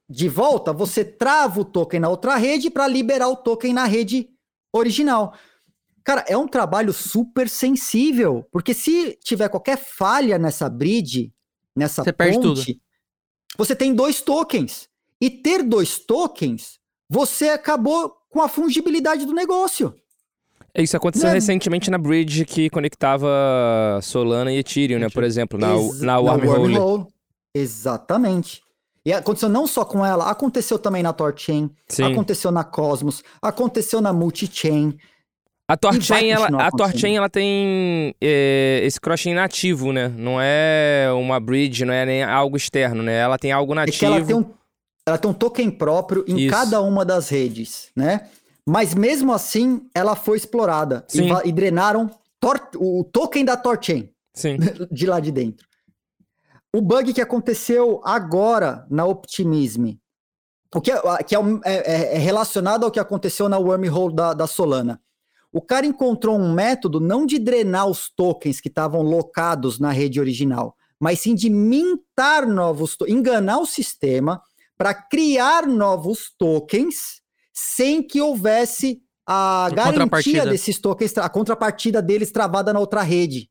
de volta, você trava o token na outra rede para liberar o token na rede original. Cara, é um trabalho super sensível, porque se tiver qualquer falha nessa bridge, nessa Você perde tudo. Você tem 2 tokens. E ter 2 tokens, você acabou com a fungibilidade do negócio. Isso aconteceu recentemente na bridge que conectava Solana e Ethereum, né? Por exemplo, na Wormhole. Exatamente. E aconteceu não só com ela, aconteceu também na ThorChain, aconteceu na Cosmos, aconteceu na Multichain. A ThorChain, ela tem esse cross-chain nativo, né? Não é uma bridge, não é nem algo externo, né? Ela tem algo nativo. É que ela tem um token próprio em cada uma das redes, né? Mas mesmo assim, ela foi explorada. E drenaram o token da ThorChain de lá de dentro. O bug que aconteceu agora na Optimism, que é relacionado ao que aconteceu na Wormhole da Solana. O cara encontrou um método não de drenar os tokens que estavam locados na rede original, mas sim de mintar novos tokens, enganar o sistema para criar novos tokens sem que houvesse a garantia desses tokens, a contrapartida deles travada na outra rede.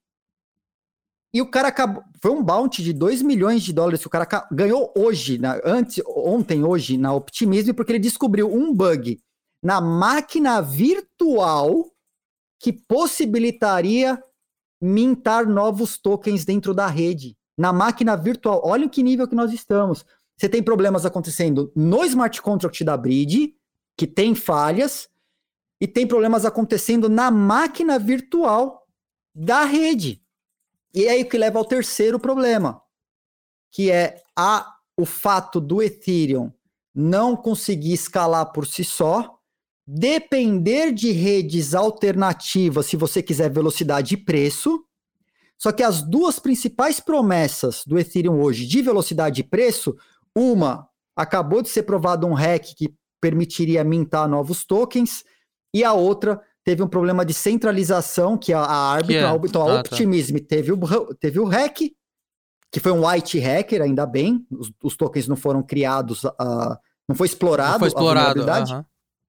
E o cara acabou... Foi um bounty de $2 milhões que o cara ganhou hoje, hoje, na Optimism, porque ele descobriu um bug na máquina virtual que possibilitaria mintar novos tokens dentro da rede. Na máquina virtual. Olha que nível que nós estamos. Você tem problemas acontecendo no smart contract da bridge, que tem falhas, e tem problemas acontecendo na máquina virtual da rede. E é aí que leva ao terceiro problema, que é o fato do Ethereum não conseguir escalar por si só, depender de redes alternativas se você quiser velocidade e preço. Só que as 2 principais promessas do Ethereum hoje de velocidade e preço, uma, acabou de ser provado um hack que permitiria mintar novos tokens, e a outra teve um problema de centralização, que a Arbitrum, então a Optimism teve o hack, que foi um white hacker, ainda bem, os tokens não foram criados, não foi explorado a vulnerabilidade.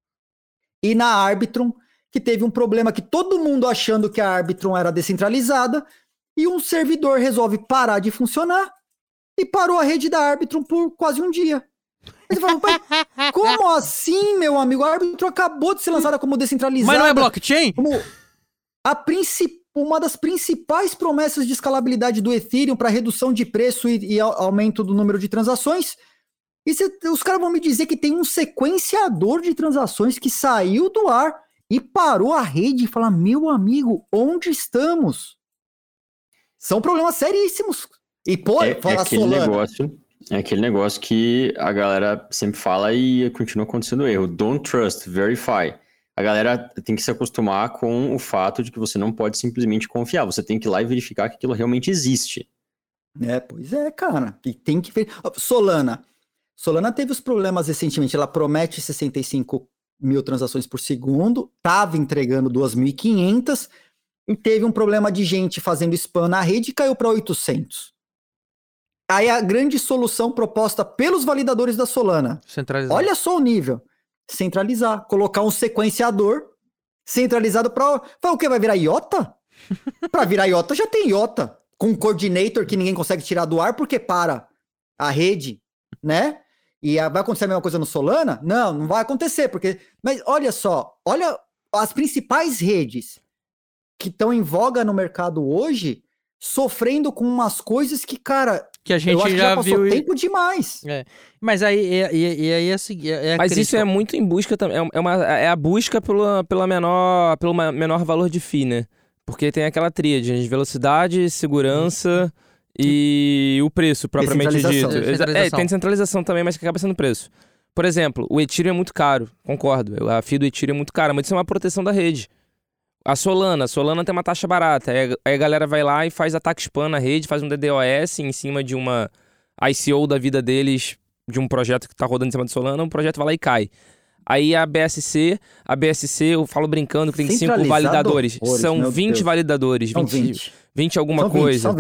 E na Arbitrum, que teve um problema que todo mundo achando que a Arbitrum era descentralizada, e um servidor resolve parar de funcionar, e parou a rede da Arbitrum por quase um dia. Aí você fala, como assim, meu amigo? A Arbitrum acabou de ser lançada como descentralizada. Mas não é blockchain? Como uma das principais promessas de escalabilidade do Ethereum para redução de preço e aumento do número de transações. E os caras vão me dizer que tem um sequenciador de transações que saiu do ar e parou a rede e fala, meu amigo, onde estamos? São problemas seríssimos. E fala Solana. É aquele negócio que a galera sempre fala e continua acontecendo erro. Don't trust, verify. A galera tem que se acostumar com o fato de que você não pode simplesmente confiar. Você tem que ir lá e verificar que aquilo realmente existe. Pois é, cara. E tem que ver. Solana teve os problemas recentemente. Ela promete 65 mil transações por segundo, estava entregando 2.500 e teve um problema de gente fazendo spam na rede e caiu para 800. Aí a grande solução proposta pelos validadores da Solana. Centralizar. Olha só o nível. Centralizar. Colocar um sequenciador centralizado para... O que? Vai virar IOTA? Para virar IOTA já tem IOTA. Com um coordinator que ninguém consegue tirar do ar porque para a rede, né? E vai acontecer a mesma coisa no Solana? Não vai acontecer. Mas olha só. Olha as principais redes que estão em voga no mercado hoje sofrendo com umas coisas que, cara... Que a gente já passou viu tempo demais. Mas aí mas isso é muito em busca também. É a busca pelo menor valor de FII, né? Porque tem aquela tríade de velocidade, segurança e o preço, propriamente dito. Tem descentralização também, mas que acaba sendo preço. Por exemplo, o Ethereum é muito caro, concordo. A FII do Ethereum é muito cara, mas isso é uma proteção da rede. A Solana tem uma taxa barata. Aí a galera vai lá e faz ataque spam na rede, faz um DDoS em cima de uma ICO da vida deles, de um projeto que tá rodando em cima do Solana, um projeto vai lá e cai. Aí a BSC, eu falo brincando que tem 5 validadores. São 20 validadores. São 20 alguma coisa. São 20.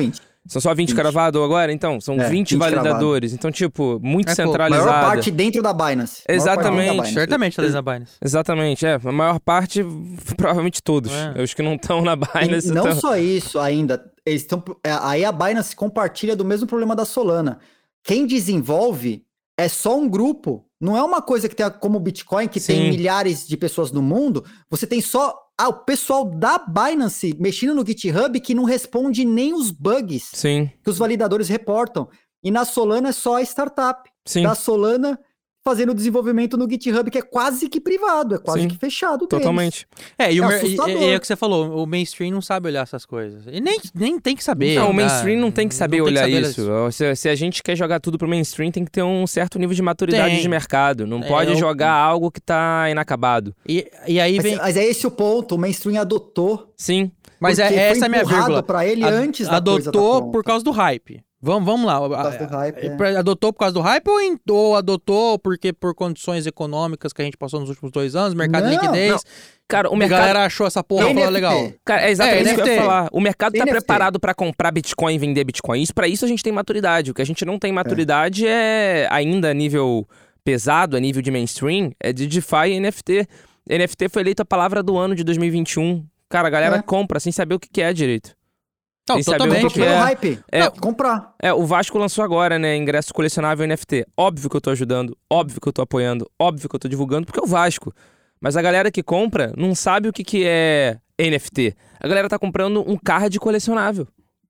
São só 20 cravados agora? Então, são 20 validadores. Então, tipo, muito centralizado. A maior parte dentro da Binance. Exatamente. Certamente tá dentro da Binance. Exatamente, a maior parte, provavelmente todos. Os que não estão na Binance. E não só isso ainda, eles estão. Aí a Binance compartilha do mesmo problema da Solana. Quem desenvolve é só um grupo. Não é uma coisa que tem como o Bitcoin, que tem milhares de pessoas no mundo. Você tem só o pessoal da Binance mexendo no GitHub que não responde nem os bugs que os validadores reportam. E na Solana é só a startup da Solana fazendo desenvolvimento no GitHub, que é quase que privado, é quase que fechado deles. Totalmente. E é o que você falou, o mainstream não sabe olhar essas coisas. E nem tem que saber. Não, o mainstream não tem que saber olhar isso. Se a gente quer jogar tudo pro mainstream, tem que ter um certo nível de maturidade de mercado. Não pode jogar algo que tá inacabado. E aí vem... Mas é esse o ponto, o mainstream adotou. Sim. Mas essa é a minha vírgula. Pra ele antes da coisa tá adotou por causa do hype. Vamos lá. Por causa do hype, adotou por causa do hype ou adotou porque por condições econômicas que a gente passou nos últimos 2 anos, mercado de liquidez? Não. Cara, o mercado... A galera achou essa porra legal. Cara, é exatamente isso que eu ia falar. O mercado tá preparado pra comprar Bitcoin e vender Bitcoin. Pra isso a gente tem maturidade. O que a gente não tem maturidade é ainda a nível pesado, a nível de mainstream, é de DeFi e NFT. NFT foi eleita a palavra do ano de 2021. Cara, a galera compra sem saber o que é direito. Não, totalmente. Pelo hype. Comprar. O Vasco lançou agora, né, ingresso colecionável NFT. Óbvio que eu tô ajudando, óbvio que eu tô apoiando, óbvio que eu tô divulgando, porque é o Vasco. Mas a galera que compra não sabe o que é NFT. A galera tá comprando um card colecionável.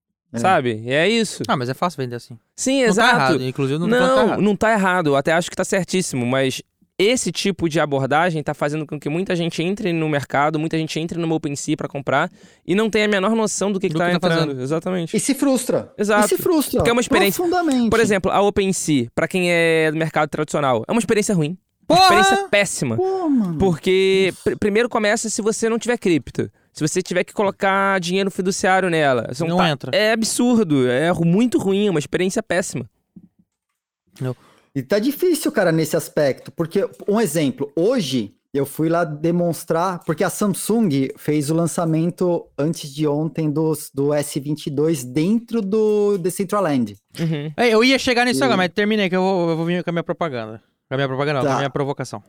Sabe? E é isso. Mas é fácil vender assim. Sim, não exato. Tá errado. Inclusive não tá errado. Eu até acho que tá certíssimo, mas... Esse tipo de abordagem tá fazendo com que muita gente entre no mercado, muita gente entre no OpenSea pra comprar e não tenha a menor noção do que tá entrando. Fazendo. Exatamente. E se frustra. Exato. E se frustra. Porque é uma experiência... Profundamente. Por exemplo, a OpenSea, pra quem é do mercado tradicional, é uma experiência ruim. Uma experiência péssima. Porque primeiro começa se você não tiver cripto. Se você tiver que colocar dinheiro fiduciário nela. Não entra. É absurdo. É muito ruim. Uma experiência péssima. Não. E tá difícil, cara, nesse aspecto, porque, um exemplo, hoje eu fui lá demonstrar, porque a Samsung fez o lançamento antes de ontem do S22 dentro do Decentraland. Eu ia chegar nisso agora, mas terminei que eu vou vir com a minha propaganda. Com a minha propaganda não, com a minha provocação.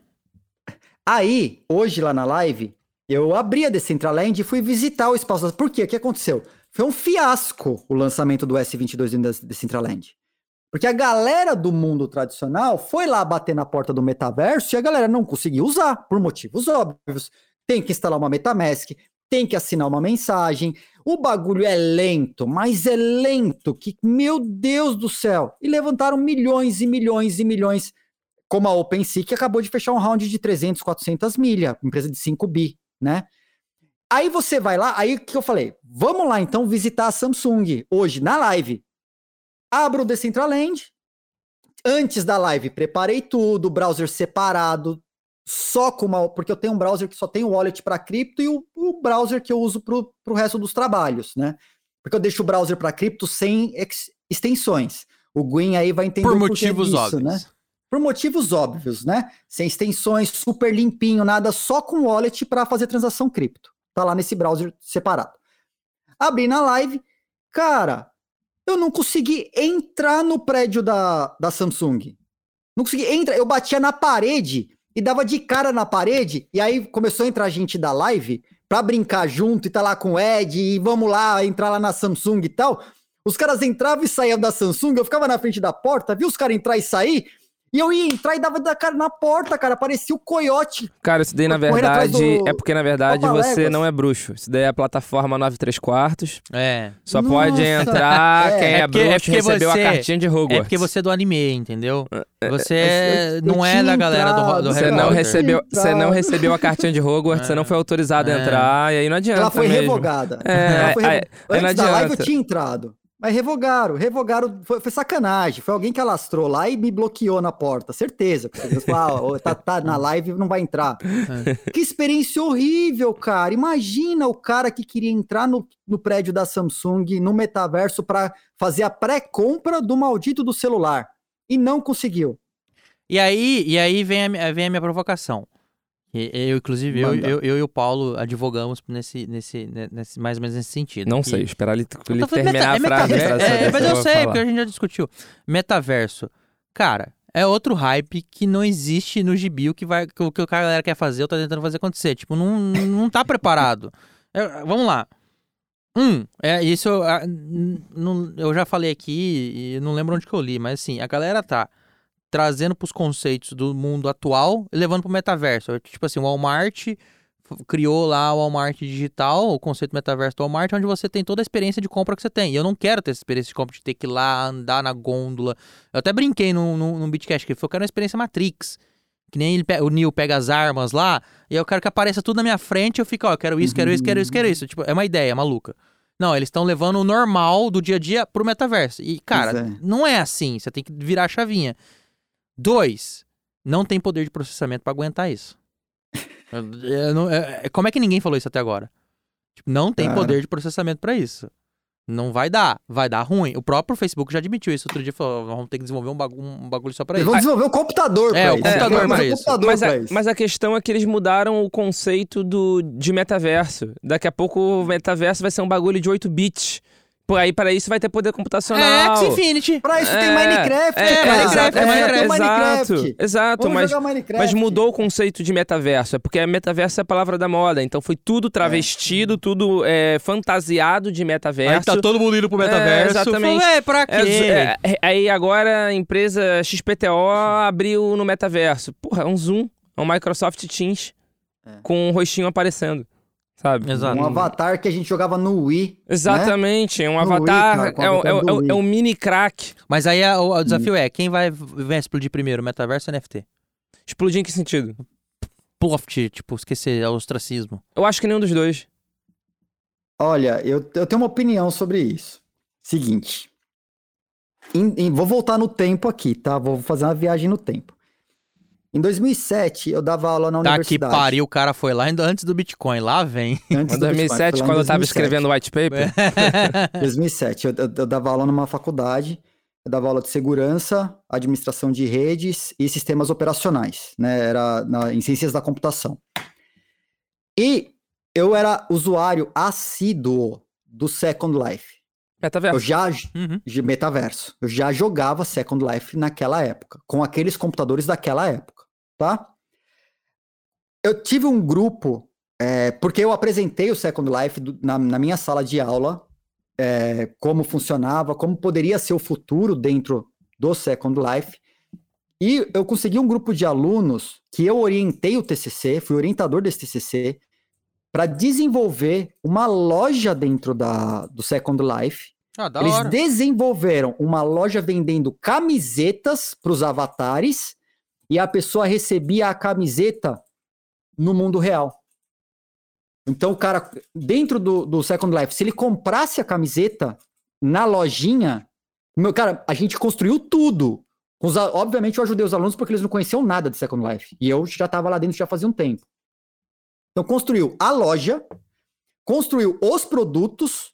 Aí, hoje lá na live, eu abri a Decentraland e fui visitar o espaço. Por quê? O que aconteceu? Foi um fiasco o lançamento do S22 dentro da Decentraland. Porque a galera do mundo tradicional foi lá bater na porta do metaverso e a galera não conseguiu usar, por motivos óbvios. Tem que instalar uma MetaMask, tem que assinar uma mensagem. O bagulho é lento, mas é lento que, meu Deus do céu. E levantaram milhões e milhões e milhões, como a OpenSea, que acabou de fechar um round de 300, 400 milha, empresa de 5 bi, né? Aí você vai lá, aí o que eu falei? Vamos lá então visitar a Samsung hoje, na live. Abro o Decentraland, antes da live preparei tudo, browser separado, só com porque eu tenho um browser que só tem o wallet para cripto e o browser que eu uso pro resto dos trabalhos, né? Porque eu deixo o browser para cripto sem extensões. O Gwyn aí vai entender por motivos óbvios, né? Por motivos óbvios, né? Sem extensões, super limpinho, nada, só com o wallet para fazer transação cripto. Tá lá nesse browser separado. Abri na live, cara... Eu não consegui entrar no prédio da Samsung. Não consegui entrar. Eu batia na parede e dava de cara na parede. E aí começou a entrar gente da live pra brincar junto e tá lá com o Ed. E vamos lá, entrar lá na Samsung e tal. Os caras entravam e saíam da Samsung. Eu ficava na frente da porta, vi os caras entrar e sair. E eu ia entrar e dava da cara na porta, cara. Parecia o Coyote. Cara, isso daí, na verdade, é porque, na verdade, você não é bruxo. Isso daí é a plataforma 93/4. Só pode entrar quem é bruxo e recebeu a cartinha de Hogwarts. É porque você é do anime, entendeu? Você não é da galera do Harry Potter. Você não recebeu a cartinha de Hogwarts, você não foi autorizado a entrar, e aí não adianta. Ela foi revogada. Antes da live eu tinha entrado. Mas revogaram, foi sacanagem, foi alguém que alastrou lá e me bloqueou na porta, certeza, tá na live, não vai entrar. Que experiência horrível, cara, imagina o cara que queria entrar no prédio da Samsung, no metaverso, para fazer a pré-compra do maldito do celular, e não conseguiu. E aí vem a minha provocação. Inclusive, eu e o Paulo advogamos nesse mais ou menos nesse sentido. Não sei, esperar ele terminar a frase. Mas eu sei, porque a gente já discutiu. Metaverso, cara, é outro hype que não existe no gibi, o que a galera quer fazer, eu tô tentando fazer acontecer. Tipo, não tá preparado. Vamos lá. Isso eu já falei aqui e não lembro onde que eu li, mas assim, a galera tá trazendo pros conceitos do mundo atual e levando pro metaverso. Tipo assim, o Walmart criou lá o Walmart digital, o conceito metaverso do Walmart, onde você tem toda a experiência de compra que você tem. E eu não quero ter essa experiência de compra, de ter que ir lá, andar na gôndola. Eu até brinquei num Bitcast que eu quero uma experiência Matrix. Que nem o Neo pega as armas lá, e eu quero que apareça tudo na minha frente, eu fico, eu quero isso, quero isso, quero isso, quero isso. Tipo, é uma ideia maluca. Não, eles estão levando o normal do dia a dia pro metaverso. E, cara, não é assim. Você tem que virar a chavinha. 2, não tem poder de processamento pra aguentar isso. Como é que ninguém falou isso até agora? Tipo, não tem poder de processamento pra isso. Não vai dar ruim. O próprio Facebook já admitiu isso outro dia, falou, vamos ter que desenvolver um bagulho só pra isso. Vamos desenvolver um computador pra isso. O computador pra isso. Mas a questão é que eles mudaram o conceito de metaverso. Daqui a pouco o metaverso vai ser um bagulho de 8 bits. Aí, para isso, vai ter poder computacional. Axie Infinity. Pra isso tem Minecraft, Minecraft. Exato, mas mudou o conceito de metaverso. É porque metaverso é a palavra da moda. Então foi tudo travestido, tudo fantasiado de metaverso. Aí tá todo mundo indo pro metaverso. Exatamente. Pra quê? Aí agora a empresa XPTO abriu no metaverso. Porra, é um Zoom, é um Microsoft Teams com um rostinho aparecendo. Sabe? Exato. Um avatar que a gente jogava no Wii. Exatamente, um avatar, é um mini crack. Mas aí o desafio quem vai explodir primeiro, metaverso ou NFT? Explodir em que sentido? Ploft, tipo, esquecer, ostracismo. Eu acho que nenhum dos dois. Olha, eu tenho uma opinião sobre isso. Seguinte, vou voltar no tempo aqui, tá? Vou fazer uma viagem no tempo. Em 2007, eu dava aula na universidade. Tá que pariu, o cara foi lá ainda antes do Bitcoin, lá vem. Em 2007, quando eu tava escrevendo o white paper? 2007, eu dava aula numa faculdade, eu dava aula de segurança, administração de redes e sistemas operacionais, né? Era em ciências da computação. E eu era usuário assíduo do Second Life. Metaverso. Metaverso. Eu já jogava Second Life naquela época, com aqueles computadores daquela época, tá? Eu tive um grupo, porque eu apresentei o Second Life na minha sala de aula, como funcionava, como poderia ser o futuro dentro do Second Life, e eu consegui um grupo de alunos que eu orientei o TCC, fui orientador desse TCC, para desenvolver uma loja dentro do Second Life. Eles desenvolveram uma loja vendendo camisetas para os avatares e a pessoa recebia a camiseta no mundo real. Então o cara, dentro do Second Life, se ele comprasse a camiseta na lojinha, cara, a gente construiu tudo. Obviamente eu ajudei os alunos porque eles não conheciam nada de Second Life. E eu já estava lá dentro já fazia um tempo. Então, construiu a loja, construiu os produtos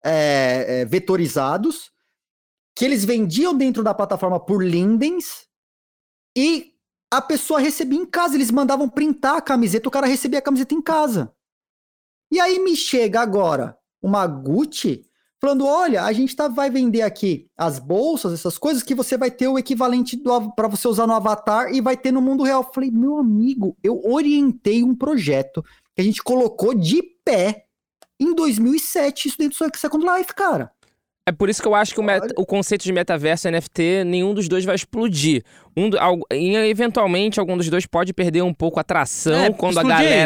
vetorizados, que eles vendiam dentro da plataforma por lindens, e a pessoa recebia em casa. Eles mandavam printar a camiseta, o cara recebia a camiseta em casa. E aí me chega agora uma Gucci falando, olha, a gente vai vender aqui as bolsas, essas coisas, que você vai ter o equivalente para você usar no avatar e vai ter no mundo real. Eu falei, meu amigo, eu orientei um projeto que a gente colocou de pé em 2007, isso dentro do Second Life, cara. É por isso que eu acho que o conceito de metaverso e NFT, nenhum dos dois vai explodir. Eventualmente, algum dos dois pode perder um pouco a tração quando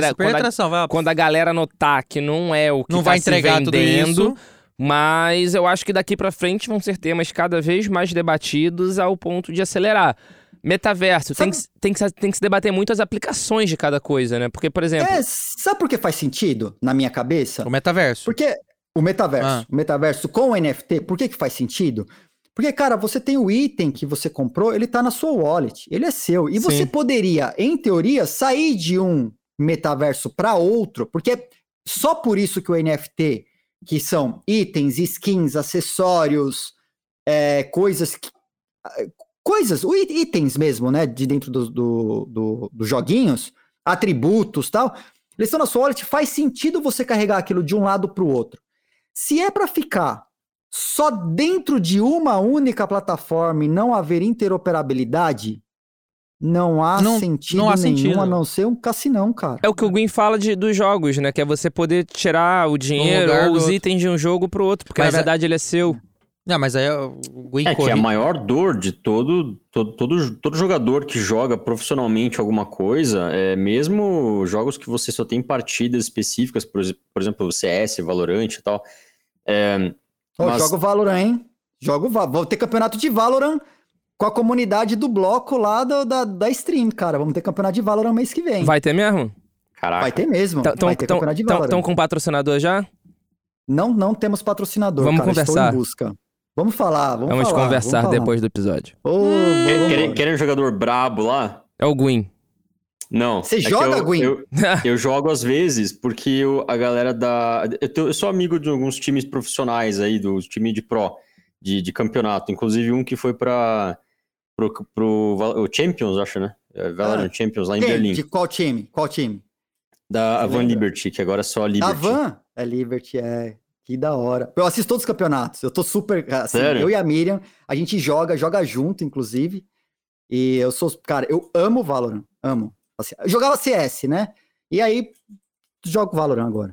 a galera notar que não é o que não vai entregar tudo isso. Mas eu acho que daqui pra frente vão ser temas cada vez mais debatidos ao ponto de acelerar. Metaverso, tem que se debater muito as aplicações de cada coisa, né? Porque, por exemplo... Sabe por que faz sentido na minha cabeça? O metaverso. Porque o metaverso com o NFT, por que faz sentido? Porque, cara, você tem o item que você comprou, ele tá na sua wallet, ele é seu. E você poderia, em teoria, sair de um metaverso para outro, porque só por isso que o NFT... que são itens, skins, acessórios, itens mesmo, né, de dentro dos joguinhos, atributos e tal, eles estão na sua wallet, faz sentido você carregar aquilo de um lado para o outro. Se é para ficar só dentro de uma única plataforma e não haver interoperabilidade, não há sentido nenhum, a não ser um cassinão, cara. É o que o Gwyn fala dos jogos, né? Que é você poder tirar o dinheiro ou os itens de um jogo pro outro, porque na verdade ele é seu. Não, mas aí o Gwyn que é a maior dor de todo jogador que joga profissionalmente alguma coisa, mesmo jogos que você só tem partidas específicas, por exemplo, CS, Valorant e tal. Jogo Valorant, hein? Vou ter campeonato de Valorant com a comunidade do bloco lá da stream, cara. Vamos ter campeonato de Valorant mês que vem. Vai ter mesmo? Caraca. Vai ter mesmo. Vai ter campeonato de Valorant. Estão com patrocinador já? Não temos patrocinador, Vamos cara. conversar. Estou em busca. Vamos falar. Vamos conversar depois do episódio. Querem um jogador brabo lá? É o Gwyn. Não. Você joga, Gwyn? Eu jogo às vezes, porque a galera eu sou amigo de alguns times profissionais aí, dos times de pro, de campeonato. Inclusive um que foi pro Champions, acho, né? Valorant Champions, lá em Berlim. De qual time? Da Avan Liberty, que agora é só a Liberty. Avan? É Liberty, Que da hora. Eu assisto todos os campeonatos. Eu tô super... Assim, sério? Eu e a Miriam, a gente joga junto, inclusive. E eu sou... Cara, eu amo Valorant. Amo. Assim, eu jogava CS, né? E aí, jogo Valorant agora.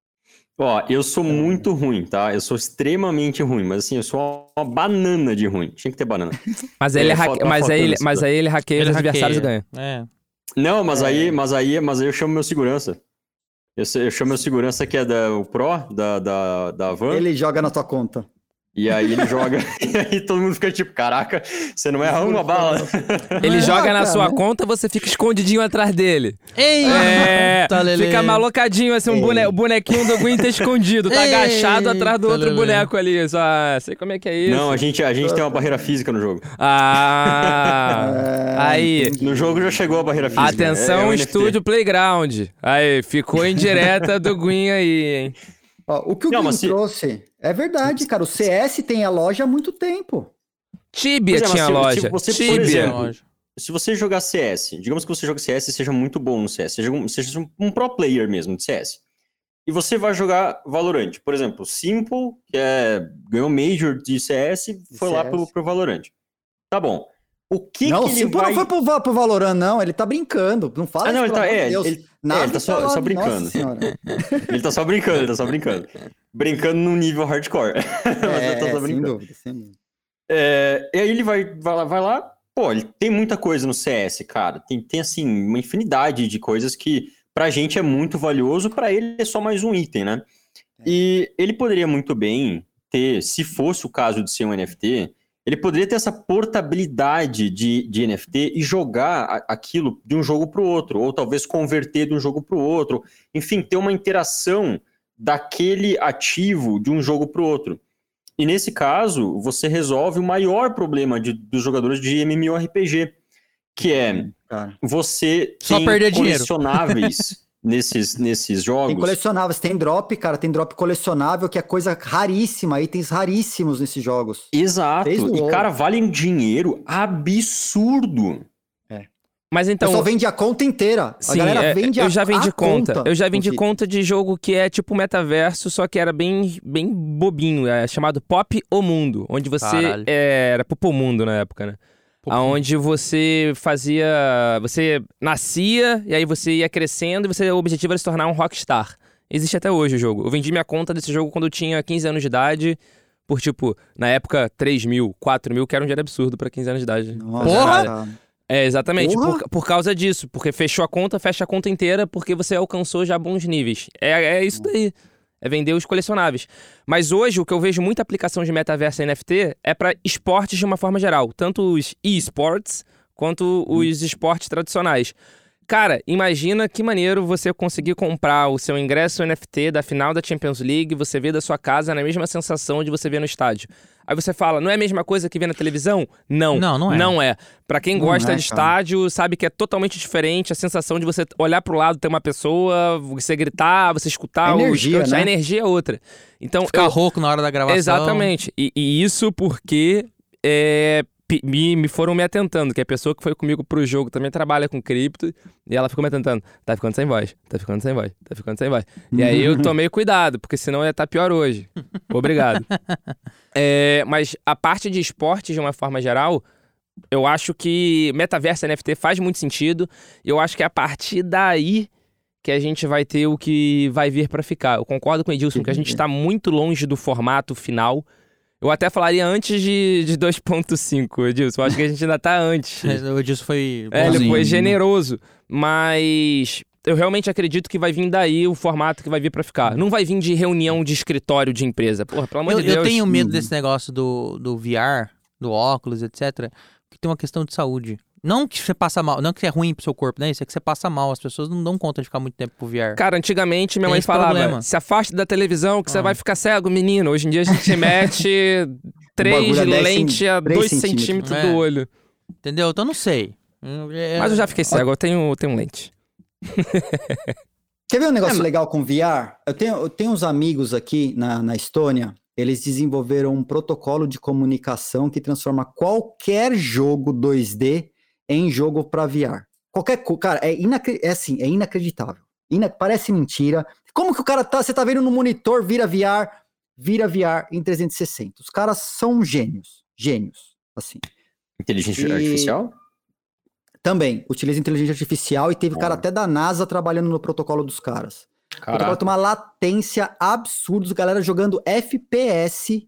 Eu sou muito ruim, tá? Eu sou extremamente ruim, mas assim, eu sou uma banana de ruim. Tinha que ter banana. Mas aí ele hackeia os adversários e ganha. Não, mas aí eu chamo meu segurança. Eu chamo meu segurança que é o Pro, da Van. Ele joga na tua conta. E aí ele joga, e aí todo mundo fica tipo, caraca, você não erra uma bala. Ele joga na sua conta, você fica escondidinho atrás dele. Ei! Fica malocadinho, assim, o bonequinho do Gwyn tá escondido, tá agachado atrás do outro boneco ali. Só, sei como é que é isso. Não, a gente tem uma barreira física no jogo. Aí. No jogo já chegou a barreira física. Atenção, Estúdio Playground. Aí, ficou em direta do Gwyn aí, hein. O que o Gwyn trouxe é verdade, cara. O CS tem a loja há muito tempo. Tibia tinha loja. Se você jogar CS, digamos que você joga CS e seja muito bom no CS, seja um pro player mesmo de CS, e você vai jogar Valorant. Por exemplo, Simple, que ganhou Major de CS, foi lá pro Valorant. Tá bom. O que ele não foi pro Valorant, não. Ele tá brincando. Não fala isso, ele tá só brincando. Ele tá só brincando. Brincando num nível hardcore. Sem dúvida. E aí ele vai lá. Pô, ele tem muita coisa no CS, cara. Tem assim, uma infinidade de coisas que pra gente é muito valioso, pra ele é só mais um item, né? E ele poderia muito bem ter, se fosse o caso de ser um NFT... Ele poderia ter essa portabilidade de NFT e jogar aquilo de um jogo para o outro, ou talvez converter de um jogo para o outro. Enfim, ter uma interação daquele ativo de um jogo para o outro. E nesse caso, você resolve o maior problema dos jogadores de MMORPG, que é você só perder colecionáveis nesses jogos. Tem colecionáveis, tem drop, cara, tem drop colecionável, que é coisa raríssima, itens raríssimos nesses jogos. Exato, e cara, vale um dinheiro absurdo. Mas então... Eu só vende a conta inteira. Sim, a galera vende eu já vendi conta. Eu já vendi conta de jogo que é tipo metaverso, só que era bem bobinho, chamado Pop O Mundo, onde você... Era Pop O Mundo na época, né? Onde você você nascia e aí você ia crescendo e o objetivo era se tornar um rockstar. Existe até hoje o jogo. Eu vendi minha conta desse jogo quando eu tinha 15 anos de idade, por tipo, na época 3 mil, 4 mil, que era um dinheiro absurdo pra 15 anos de idade. Nossa, exatamente, por causa disso, porque fecha a conta inteira porque você alcançou já bons níveis. É isso daí. É vender os colecionáveis. Mas hoje, o que eu vejo muita aplicação de metaverso e NFT é para esportes de uma forma geral. Tanto os e-sports, quanto os esportes tradicionais. Cara, imagina que maneiro você conseguir comprar o seu ingresso NFT da final da Champions League, você vê da sua casa na mesma sensação de você ver no estádio. Aí você fala, não é a mesma coisa que ver na televisão? Não é. Não é. Pra quem gosta de estádio, sabe que é totalmente diferente a sensação de você olhar pro lado, ter uma pessoa, você gritar, você escutar. A energia é outra. Então, ficar rouco na hora da gravação. Exatamente. E isso porque me foram me atentando, que a pessoa que foi comigo pro jogo também trabalha com cripto, e ela ficou me atentando, tá ficando sem voz, tá ficando sem voz, tá ficando sem voz. E aí eu tomei cuidado, porque senão ia estar pior hoje. Obrigado. Mas a parte de esportes, de uma forma geral, eu acho que metaverso e NFT faz muito sentido, e eu acho que é a partir daí que a gente vai ter o que vai vir pra ficar. Eu concordo com o Edilson que a gente tá muito longe do formato final. Eu até falaria antes de 2.5, Edilson. Eu acho que a gente ainda tá antes. O Edilson foi ele foi generoso. Mas eu realmente acredito que vai vir daí o formato que vai vir pra ficar. Não vai vir de reunião de escritório de empresa. Porra, pelo amor de Deus. Eu tenho medo desse negócio do VR, do óculos, etc. Que tem uma questão de saúde. Não que você passa mal, não que é ruim pro seu corpo, né? Isso é que você passa mal. As pessoas não dão conta de ficar muito tempo pro VR. Cara, antigamente minha mãe falava, se afaste da televisão que você vai ficar cego, menino. Hoje em dia a gente mete 3 lentes a 2 centímetros do olho. Entendeu? Então não sei. Mas eu já fiquei cego, eu tenho lente. Quer ver um negócio legal com VR? Eu tenho uns amigos aqui na Estônia. Eles desenvolveram um protocolo de comunicação que transforma qualquer jogo 2D em jogo para VR. Cara, é inacreditável. Parece mentira. Como que o cara você tá vendo no monitor, vira VR em 360. Os caras são gênios, assim. Inteligência artificial? Também, utiliza inteligência artificial e teve cara até da NASA trabalhando no protocolo dos caras. O protocolo tem uma latência absurda, galera jogando FPS,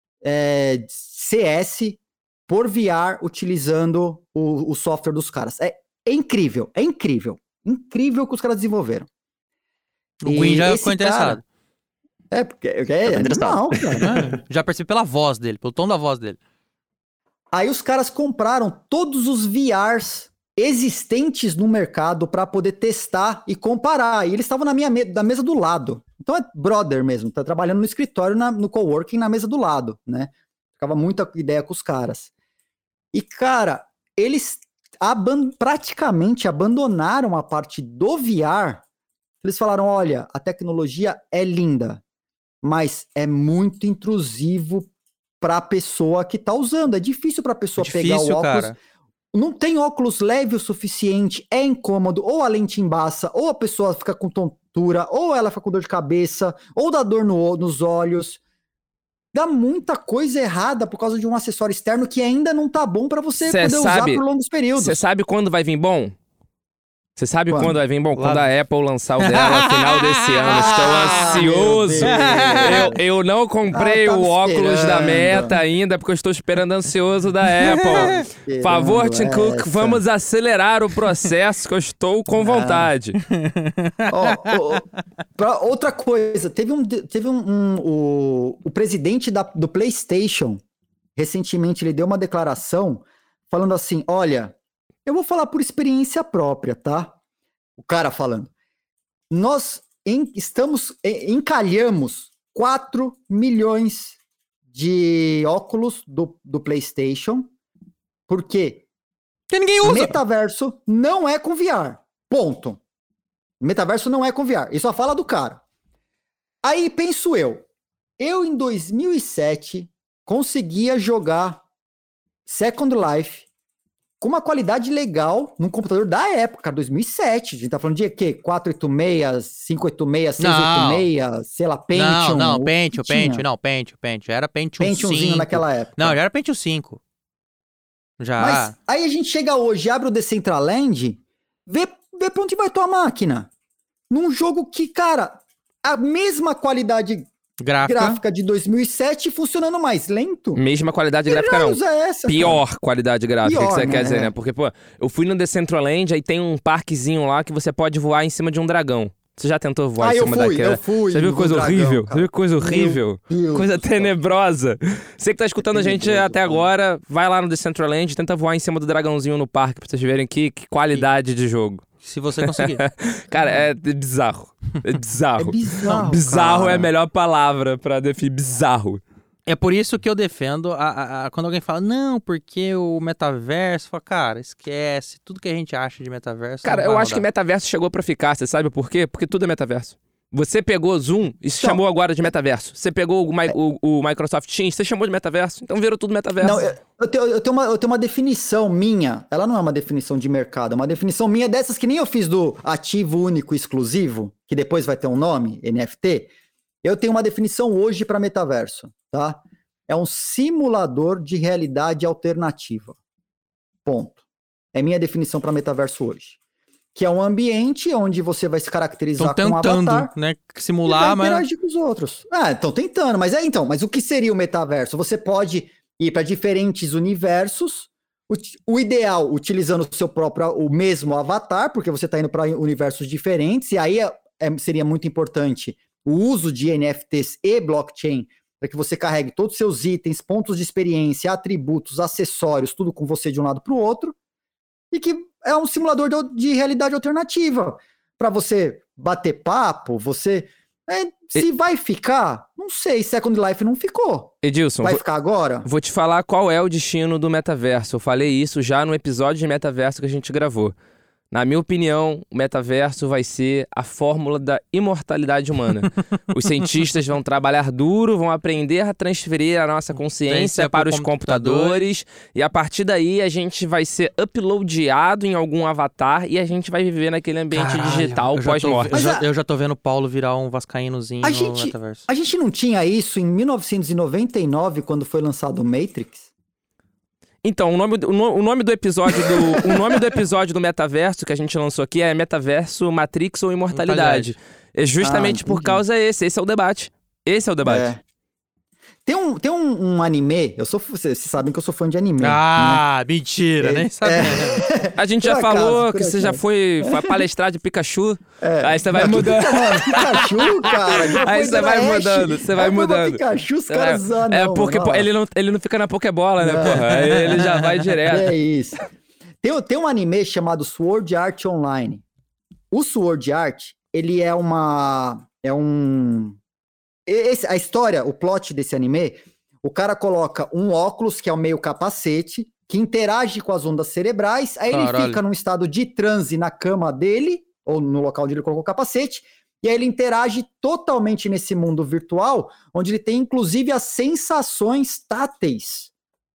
CS por VR utilizando o software dos caras. É incrível o que os caras desenvolveram. O Gwen já ficou interessado. Porque não, cara. Já percebi pela voz dele, pelo tom da voz dele. Aí os caras compraram todos os VRs existentes no mercado para poder testar e comparar. E eles estavam da mesa do lado. Então é brother mesmo, tá trabalhando no escritório, no coworking, na mesa do lado, né? Ficava muita ideia com os caras. E, cara, eles praticamente abandonaram a parte do VR. Eles falaram, olha, a tecnologia é linda, mas é muito intrusivo para a pessoa que tá usando. É difícil para a pessoa pegar o óculos. Cara. Não tem óculos leve o suficiente, é incômodo, ou a lente embaça, ou a pessoa fica com tontura, ou ela fica com dor de cabeça, ou dá dor nos olhos. Dá muita coisa errada por causa de um acessório externo que ainda não tá bom pra você poder usar por longos períodos. Você sabe quando vai vir bom? Você sabe quando vai vir bom? Quando a Apple lançar o dela no final desse ano. Estou ansioso. Eu não comprei o óculos da Meta ainda, porque eu estou esperando ansioso da Apple. Por favor, Tim Cook, vamos acelerar o processo, que eu estou com vontade. Outra coisa, teve o presidente do PlayStation, recentemente, ele deu uma declaração falando assim, olha... Eu vou falar por experiência própria, tá? O cara falando. Nós encalhamos 4 milhões de óculos do PlayStation, porque ninguém usa. Metaverso não é com VR. Ponto. Metaverso não é com VR. Isso só fala do cara. Aí penso eu em 2007 conseguia jogar Second Life com uma qualidade legal num computador da época, 2007. A gente tá falando de quê? 486, 586, 686, sei lá, Pentium. Não, Pentium. Era Pentium 5. Pentiumzinho naquela época. Não, já era Pentium 5. Já. Mas aí a gente chega hoje, abre o Decentraland, vê pra onde vai tua máquina. Num jogo que, cara, a mesma qualidade... Gráfica de 2007 funcionando mais lento. Mesma qualidade gráfica não. Pior qualidade gráfica, que você quer dizer, né? Porque, pô, eu fui no Decentraland, aí tem um parquezinho lá que você pode voar em cima de um dragão. Você já tentou voar em cima daquela? Eu fui. Você viu coisa horrível? Você viu coisa horrível? Coisa tenebrosa. Você que tá escutando a gente até agora, vai lá no Decentraland, tenta voar em cima do dragãozinho no parque pra vocês verem que qualidade de jogo. Se você conseguir. Cara, é bizarro. É bizarro. É bizarro. Não, bizarro cara. É a melhor palavra pra definir bizarro. É por isso que eu defendo quando alguém fala, não, porque o metaverso, fala, cara, esquece tudo que a gente acha de metaverso. Cara, eu acho que metaverso chegou pra ficar, você sabe por quê? Porque tudo é metaverso. Você pegou o Zoom e se chamou agora de metaverso. Você pegou o Microsoft Teams, você chamou de metaverso. Então virou tudo metaverso. Não, eu tenho uma definição minha. Ela não é uma definição de mercado. É uma definição minha dessas que nem eu fiz do ativo único exclusivo, que depois vai ter um nome, NFT. Eu tenho uma definição hoje para metaverso, tá? É um simulador de realidade alternativa. Ponto. É minha definição para metaverso hoje. Que é um ambiente onde você vai se caracterizar com um avatar. Né? Simular, e vai interagir mas... com os outros. Estão tentando. Mas o que seria o metaverso? Você pode ir para diferentes universos. O ideal, utilizando o mesmo avatar, porque você está indo para universos diferentes. E aí seria muito importante o uso de NFTs e blockchain para que você carregue todos os seus itens, pontos de experiência, atributos, acessórios, tudo com você de um lado para o outro. E que é um simulador de realidade alternativa. Para você bater papo, se vai ficar, não sei, Second Life não ficou. Edilson, vai ficar agora? Vou te falar qual é o destino do metaverso. Eu falei isso já no episódio de metaverso que a gente gravou. Na minha opinião, o metaverso vai ser a fórmula da imortalidade humana. Os cientistas vão trabalhar duro, vão aprender a transferir a nossa consciência para os computadores, e a partir daí a gente vai ser uploadado em algum avatar e a gente vai viver naquele ambiente digital pós-morte. Eu já tô vendo o Paulo virar um vascaínozinho no metaverso. A gente não tinha isso em 1999, quando foi lançado o Matrix? Então, o nome do episódio do metaverso que a gente lançou aqui é Metaverso, Matrix ou Imortalidade. É justamente por causa esse é o debate. Esse é o debate. Tem um anime, vocês sabem que eu sou fã de anime. Mentira, nem sabia. A gente já falou que você já foi palestrar de Pikachu. Aí você vai mudando. Pikachu, cara. Aí você vai mudando, você vai mudando. Pikachu, os caras usam. Porque ele não fica na Pokébola, né, porra? Aí ele já vai direto. É isso. Tem um anime chamado Sword Art Online. O Sword Art, ele a história, o plot desse anime, o cara coloca um óculos, que é o meio capacete, que interage com as ondas cerebrais, aí ele fica num estado de transe na cama dele, ou no local onde ele colocou o capacete, e aí ele interage totalmente nesse mundo virtual, onde ele tem inclusive as sensações táteis,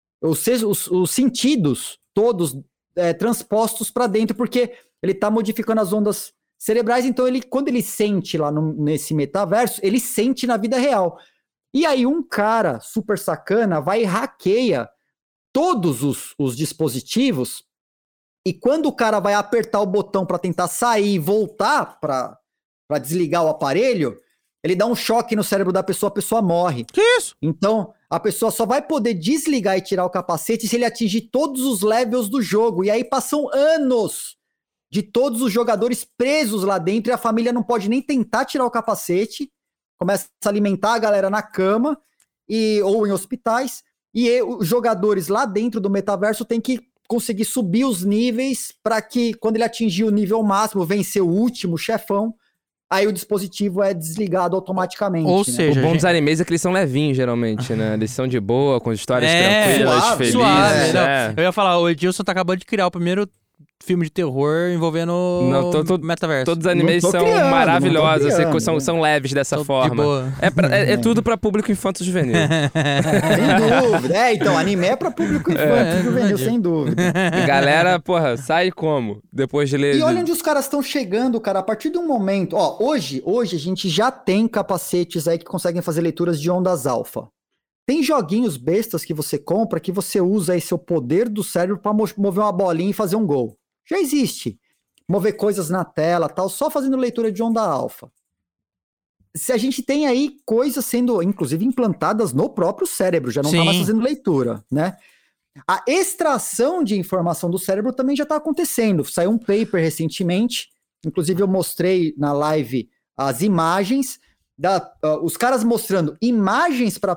os sentidos todos transpostos para dentro, porque ele está modificando as ondas cerebrais, então quando ele sente lá nesse metaverso, ele sente na vida real. E aí um cara super sacana vai e hackeia todos os dispositivos, e quando o cara vai apertar o botão para tentar sair e voltar para desligar o aparelho, ele dá um choque no cérebro da pessoa, a pessoa morre. Que isso? Então, a pessoa só vai poder desligar e tirar o capacete se ele atingir todos os levels do jogo, e aí passam anos de todos os jogadores presos lá dentro, e a família não pode nem tentar tirar o capacete, começa a alimentar a galera na cama ou em hospitais, e os jogadores lá dentro do metaverso têm que conseguir subir os níveis para que, quando ele atingir o nível máximo, vencer o último chefão, aí o dispositivo é desligado automaticamente. Ou seja, o bom dos animes é que eles são levinhos, geralmente, né? Eles são de boa, com histórias tranquilas, felizes. Suave. Eu ia falar, o Edilson tá acabando de criar o primeiro filme de terror envolvendo metaverso. Todos os animes são maravilhosos, são leves dessa forma. De boa. É tudo pra público infanto-juvenil. Sem dúvida. Então, anime é pra público infanto-juvenil, sem dúvida. E galera, porra, sai como? Depois de ler... E olha onde os caras estão chegando, cara. A partir de um momento... Hoje a gente já tem capacetes aí que conseguem fazer leituras de ondas alfa. Tem joguinhos bestas que você compra que você usa aí seu poder do cérebro pra mover uma bolinha e fazer um gol. Já existe. Mover coisas na tela, tal, só fazendo leitura de onda alfa. Se a gente tem aí coisas sendo, inclusive, implantadas no próprio cérebro, já não está mais fazendo leitura, né? A extração de informação do cérebro também já está acontecendo. Saiu um paper recentemente, inclusive eu mostrei na live as imagens, os caras mostrando imagens para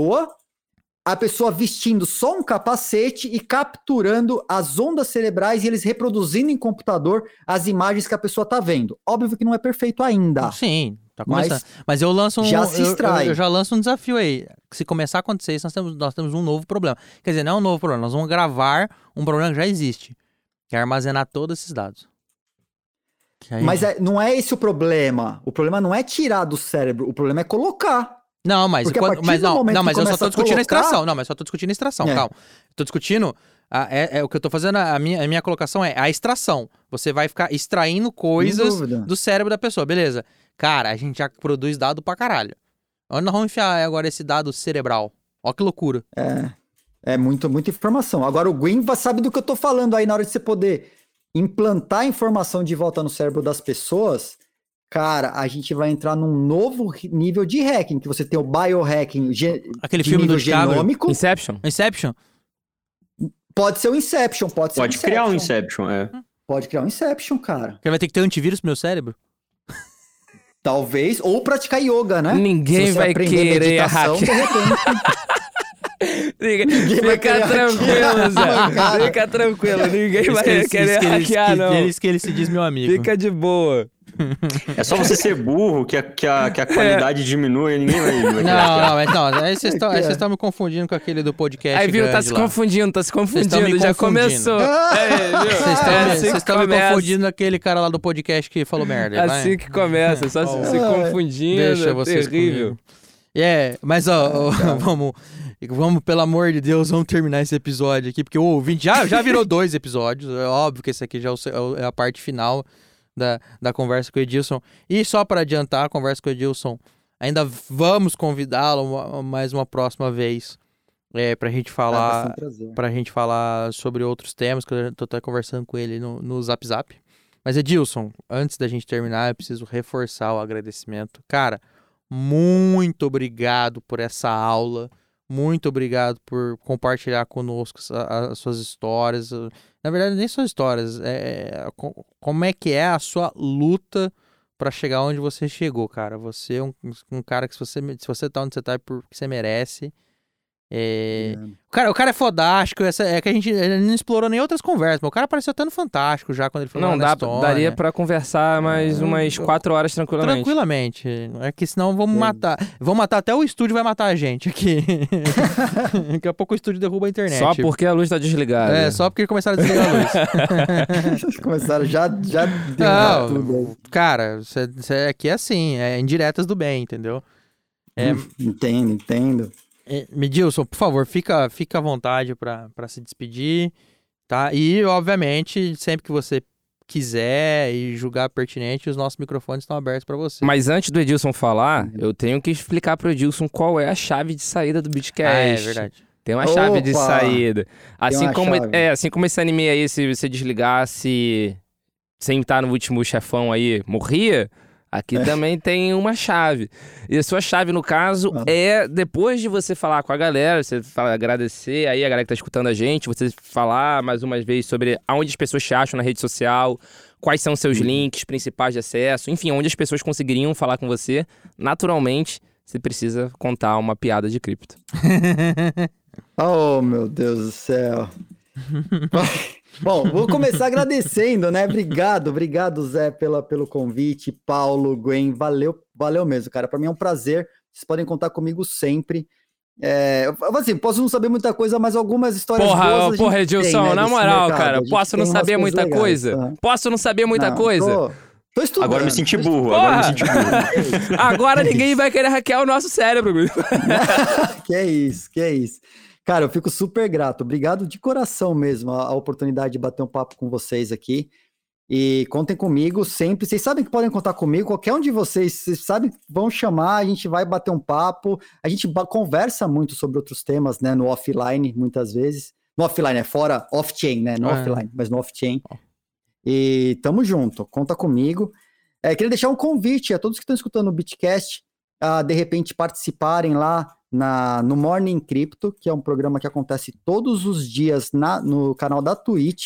a pessoa vestindo só um capacete e capturando as ondas cerebrais e eles reproduzindo em computador as imagens que a pessoa tá vendo. Óbvio que não é perfeito ainda. Sim, tá começando. Mas eu lanço já se extrai. Eu já lanço um desafio aí. Se começar a acontecer isso, nós temos um novo problema. Quer dizer, não é um novo problema, nós vamos gravar um problema que já existe, que é armazenar todos esses dados. Mas não é esse o problema. O problema não é tirar do cérebro, o problema é colocar. Não, mas, Porque mas eu só tô discutindo a extração. Não, mas só tô discutindo a extração, calma. Eu tô discutindo. O que eu tô fazendo, a minha colocação é a extração. Você vai ficar extraindo coisas do cérebro da pessoa, beleza. Cara, a gente já produz dado pra caralho. Onde nós vamos enfiar agora esse dado cerebral? Ó que loucura. É muita informação. Agora o Gwen sabe do que eu tô falando aí na hora de você poder implantar a informação de volta no cérebro das pessoas. Cara, a gente vai entrar num novo nível de hacking, que você tem o biohacking aquele filme do genômico. Inception? Pode ser o Inception, pode criar um Inception, Pode criar um Inception, cara. Vai ter que ter antivírus pro meu cérebro? Talvez, ou praticar yoga, né? Ninguém vai querer hackear. Fica tranquilo, Zé. Fica tranquilo, ninguém vai querer hackear, não. Eles que ele se diz meu amigo. Fica de boa. É só você ser burro que a qualidade diminui e ninguém vai Não, aí vocês estão me confundindo com aquele do podcast. Aí, viu, tá se confundindo, já começou. Vocês estão me confundindo com aquele cara lá do podcast que falou merda. Assim que começa, só se confundindo. Deixa vocês terrível. Mas vamos, pelo amor de Deus, vamos terminar esse episódio aqui, porque o ouvinte já virou 2 episódios. É óbvio que esse aqui já é a parte final da conversa com o Edilson. E só para adiantar a conversa com o Edilson, ainda vamos convidá-lo mais uma próxima vez pra gente falar sobre outros temas, que eu tô até conversando com ele no Zap Zap. Mas Edilson, antes da gente terminar, eu preciso reforçar o agradecimento. Cara, muito obrigado por essa aula. Muito obrigado por compartilhar conosco as suas histórias. Na verdade, nem suas histórias. Como é que é a sua luta para chegar onde você chegou, cara? Você é um cara que se você tá onde você tá é porque você merece. O cara é fodástico. É que a gente não explorou nem outras conversas, mas o cara apareceu até no Fantástico já quando ele falou da história. Daria pra conversar mais umas 4 horas tranquilamente. É que senão vamos matar. Vamos matar até o estúdio, vai matar a gente aqui. Daqui a pouco o estúdio derruba a internet. Só porque a luz tá desligada. Só porque começaram a desligar a luz. Começaram, já tudo. Cara, aqui é assim, é indiretas do bem, entendeu? Entendo. Medilson, por favor, fica à vontade para se despedir, tá? E, obviamente, sempre que você quiser e julgar pertinente, os nossos microfones estão abertos para você. Mas antes do Edilson falar, eu tenho que explicar pro Edilson qual é a chave de saída do Bitcast. É verdade. Tem uma chave de saída. Assim como esse anime aí, se você desligasse sem estar no último chefão aí, morria... Aqui também tem uma chave. E a sua chave, no caso, é depois de você falar com a galera, você agradecer aí a galera que tá escutando a gente, você falar mais uma vez sobre aonde as pessoas te acham na rede social, quais são seus links principais de acesso, enfim, onde as pessoas conseguiriam falar com você. Naturalmente, você precisa contar uma piada de cripto. Oh, meu Deus do céu. Bom, vou começar agradecendo, né? Obrigado, Zé, pelo convite. Paulo, Gwen, valeu mesmo, cara. Para mim é um prazer. Vocês podem contar comigo sempre. Assim, posso não saber muita coisa, mas algumas histórias boas Porra, Edilson, tem, né, na moral, cara. Posso não saber muita coisa? Uhum. Posso não saber muita coisa? Tô estudando. Agora me senti burro. Agora ninguém vai querer hackear o nosso cérebro. Que é isso. Cara, eu fico super grato. Obrigado de coração mesmo a oportunidade de bater um papo com vocês aqui. E contem comigo sempre. Vocês sabem que podem contar comigo. Qualquer um de vocês sabem que vão chamar, a gente vai bater um papo. A gente conversa muito sobre outros temas, né? No offline, muitas vezes. No offline, fora off-chain, né? No offline, mas no off-chain. E tamo junto. Conta comigo. Queria deixar um convite a todos que estão escutando o Bitcast a, de repente, participarem lá no Morning Crypto, que é um programa que acontece todos os dias no canal da Twitch,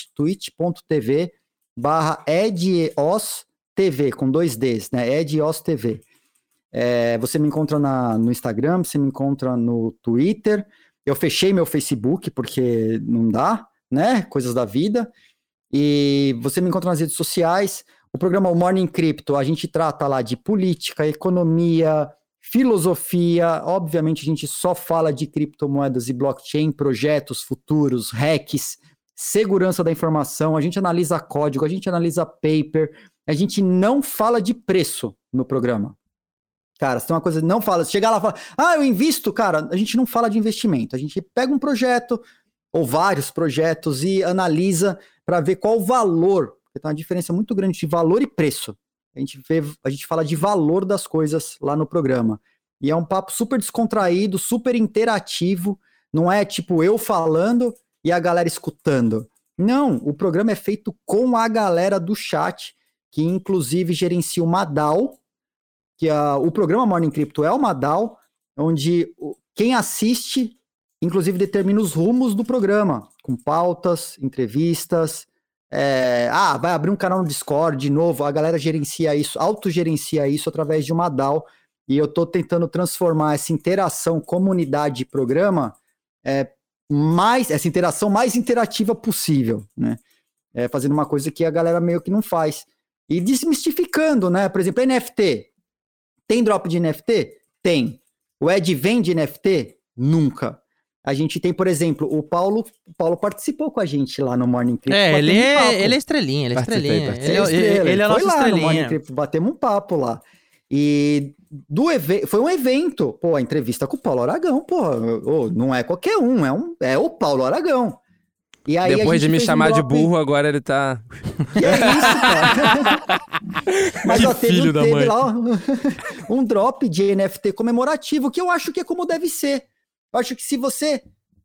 twitch.tv/EdOsTV, com 2 Ds, né? EdOsTV. Você me encontra no Instagram, você me encontra no Twitter. Eu fechei meu Facebook, porque não dá, né? Coisas da vida. E você me encontra nas redes sociais. O programa Morning Crypto, a gente trata lá de política, economia, filosofia. Obviamente a gente só fala de criptomoedas e blockchain, projetos futuros, hacks, segurança da informação. A gente analisa código, a gente analisa paper, a gente não fala de preço no programa. Cara, se tem uma coisa, não fala, se chegar lá e falar, eu invisto, cara, a gente não fala de investimento, a gente pega um projeto, ou vários projetos, e analisa para ver qual o valor, porque tem uma diferença muito grande de valor e preço. A gente fala de valor das coisas lá no programa. E é um papo super descontraído, super interativo, não é tipo eu falando e a galera escutando. Não, o programa é feito com a galera do chat, que inclusive gerencia uma DAO, que o programa Morning Crypto é uma DAO, onde quem assiste, inclusive, determina os rumos do programa, com pautas, entrevistas. Vai abrir um canal no Discord de novo, a galera gerencia isso, autogerencia isso através de uma DAO, e eu estou tentando transformar essa interação comunidade-programa, essa interação mais interativa possível, né? Fazendo uma coisa que a galera meio que não faz. E desmistificando, né? Por exemplo, NFT. Tem drop de NFT? Tem. O Ed vende NFT? Nunca. A gente tem, por exemplo, o Paulo participou com a gente lá no Morning Crypto. Ele é estrelinha, ele é estrelinha. Ele é a nossa estrelinha. No Morning Crypto, batemos um papo lá. E foi um evento, pô, a entrevista com o Paulo Aragão, pô, não é qualquer um, é o Paulo Aragão. E aí depois de me chamar de burro, agora ele tá... Que é isso, cara? Mas teve lá um drop de NFT comemorativo, que eu acho que é como deve ser. Eu acho que se você...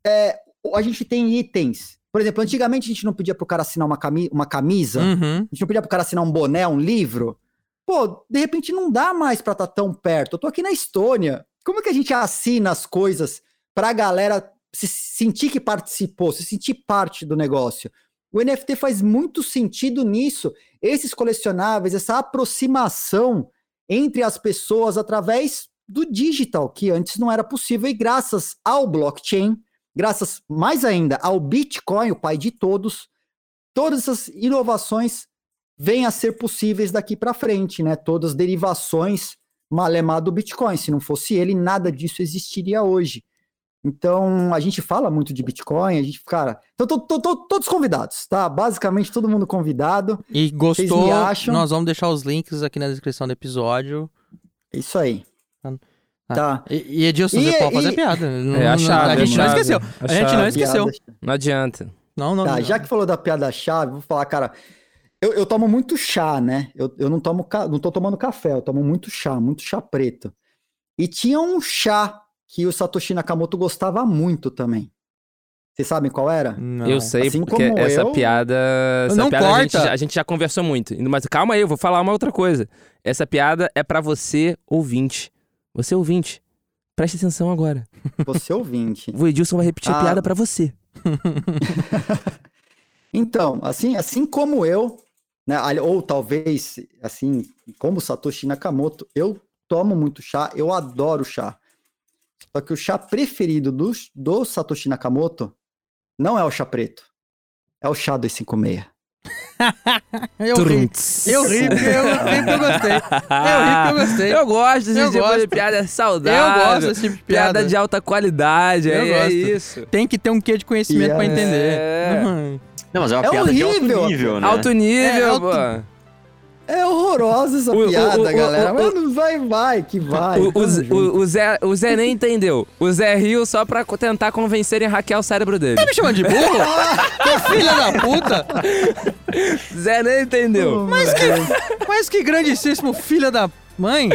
a gente tem itens. Por exemplo, antigamente a gente não pedia pro cara assinar uma camisa, a gente não pedia pro cara assinar um boné, um livro. Pô, de repente não dá mais pra estar tão perto. Eu tô aqui na Estônia. Como é que a gente assina as coisas pra galera se sentir que participou, se sentir parte do negócio? O NFT faz muito sentido nisso. Esses colecionáveis, essa aproximação entre as pessoas através do digital, que antes não era possível. E graças ao blockchain, graças mais ainda ao Bitcoin, o pai de todos, todas essas inovações vêm a ser possíveis daqui para frente, né? Todas as derivações malemar do Bitcoin. Se não fosse ele, nada disso existiria hoje. Então, a gente fala muito de Bitcoin, cara... Então, todos convidados, tá? Basicamente, todo mundo convidado. E gostou, nós vamos deixar os links aqui na descrição do episódio. Isso aí. Tá. E Edilson, você pode fazer piada. A gente não esqueceu. A gente não esqueceu. Não adianta. Não. Já que falou da piada-chave, vou falar, cara... Eu tomo muito chá, né? Eu não tô tomando café, eu tomo muito chá preto. E tinha um chá que o Satoshi Nakamoto gostava muito também. Vocês sabem qual era? Não. Eu sei, assim porque essa piada a gente já conversou muito. Mas calma aí, eu vou falar uma outra coisa. Essa piada é pra você, ouvinte. Você, ouvinte, preste atenção agora. Você, ouvinte. O Edilson vai repetir a piada pra você. Então, assim como eu, né, ou talvez, assim, como Satoshi Nakamoto, eu tomo muito chá, eu adoro chá. Só que o chá preferido do Satoshi Nakamoto não é o chá preto, é o chá 256. Eu ri porque eu gostei. Eu gosto desse tipo de piada saudável. Eu gosto desse tipo de piada de alta qualidade. É isso. Tem que ter um quê de conhecimento pra entender. Não, mas é uma piada de alto nível, né? Alto nível, pô. É horrorosa essa piada, galera. Mas vai. O Zé nem entendeu. O Zé riu só pra tentar convencer e hackear o cérebro dele. Tá me chamando de burro? Que filha da puta! Zé nem entendeu. Mas que grandíssimo filha da mãe!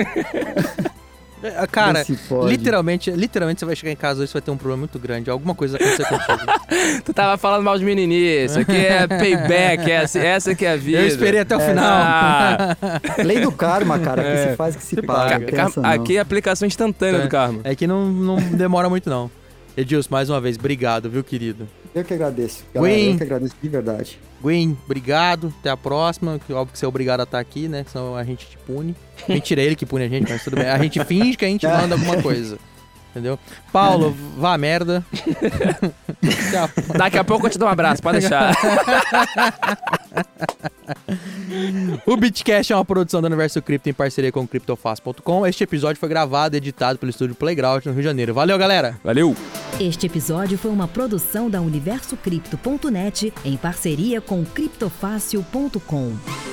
Cara, literalmente você vai chegar em casa hoje, você vai ter um problema muito grande. Alguma coisa vai acontecer contigo. Tu tava falando mal de menininha. Isso aqui é payback, essa que é a vida. Eu esperei até o final. Lei do karma, cara, que se faz que se paga. Aqui é aplicação instantânea do karma. É que não demora muito, não. Edilson, mais uma vez, obrigado, viu, querido? Eu que agradeço, galera. Eu que agradeço de verdade. Gwen, obrigado. Até a próxima. Óbvio que você é obrigado a estar aqui, né? Senão a gente te pune. Mentira, é ele que pune a gente, mas tudo bem. A gente finge que a gente manda alguma coisa. Entendeu? Paulo, vá a merda. Daqui a pouco eu te dou um abraço, pode deixar. O Bitcast é uma produção do Universo Cripto em parceria com o CryptoFast.com. Este episódio foi gravado e editado pelo estúdio Playground no Rio de Janeiro. Valeu, galera! Valeu! Este episódio foi uma produção da UniversoCrypto.net em parceria com CryptoFácil.com.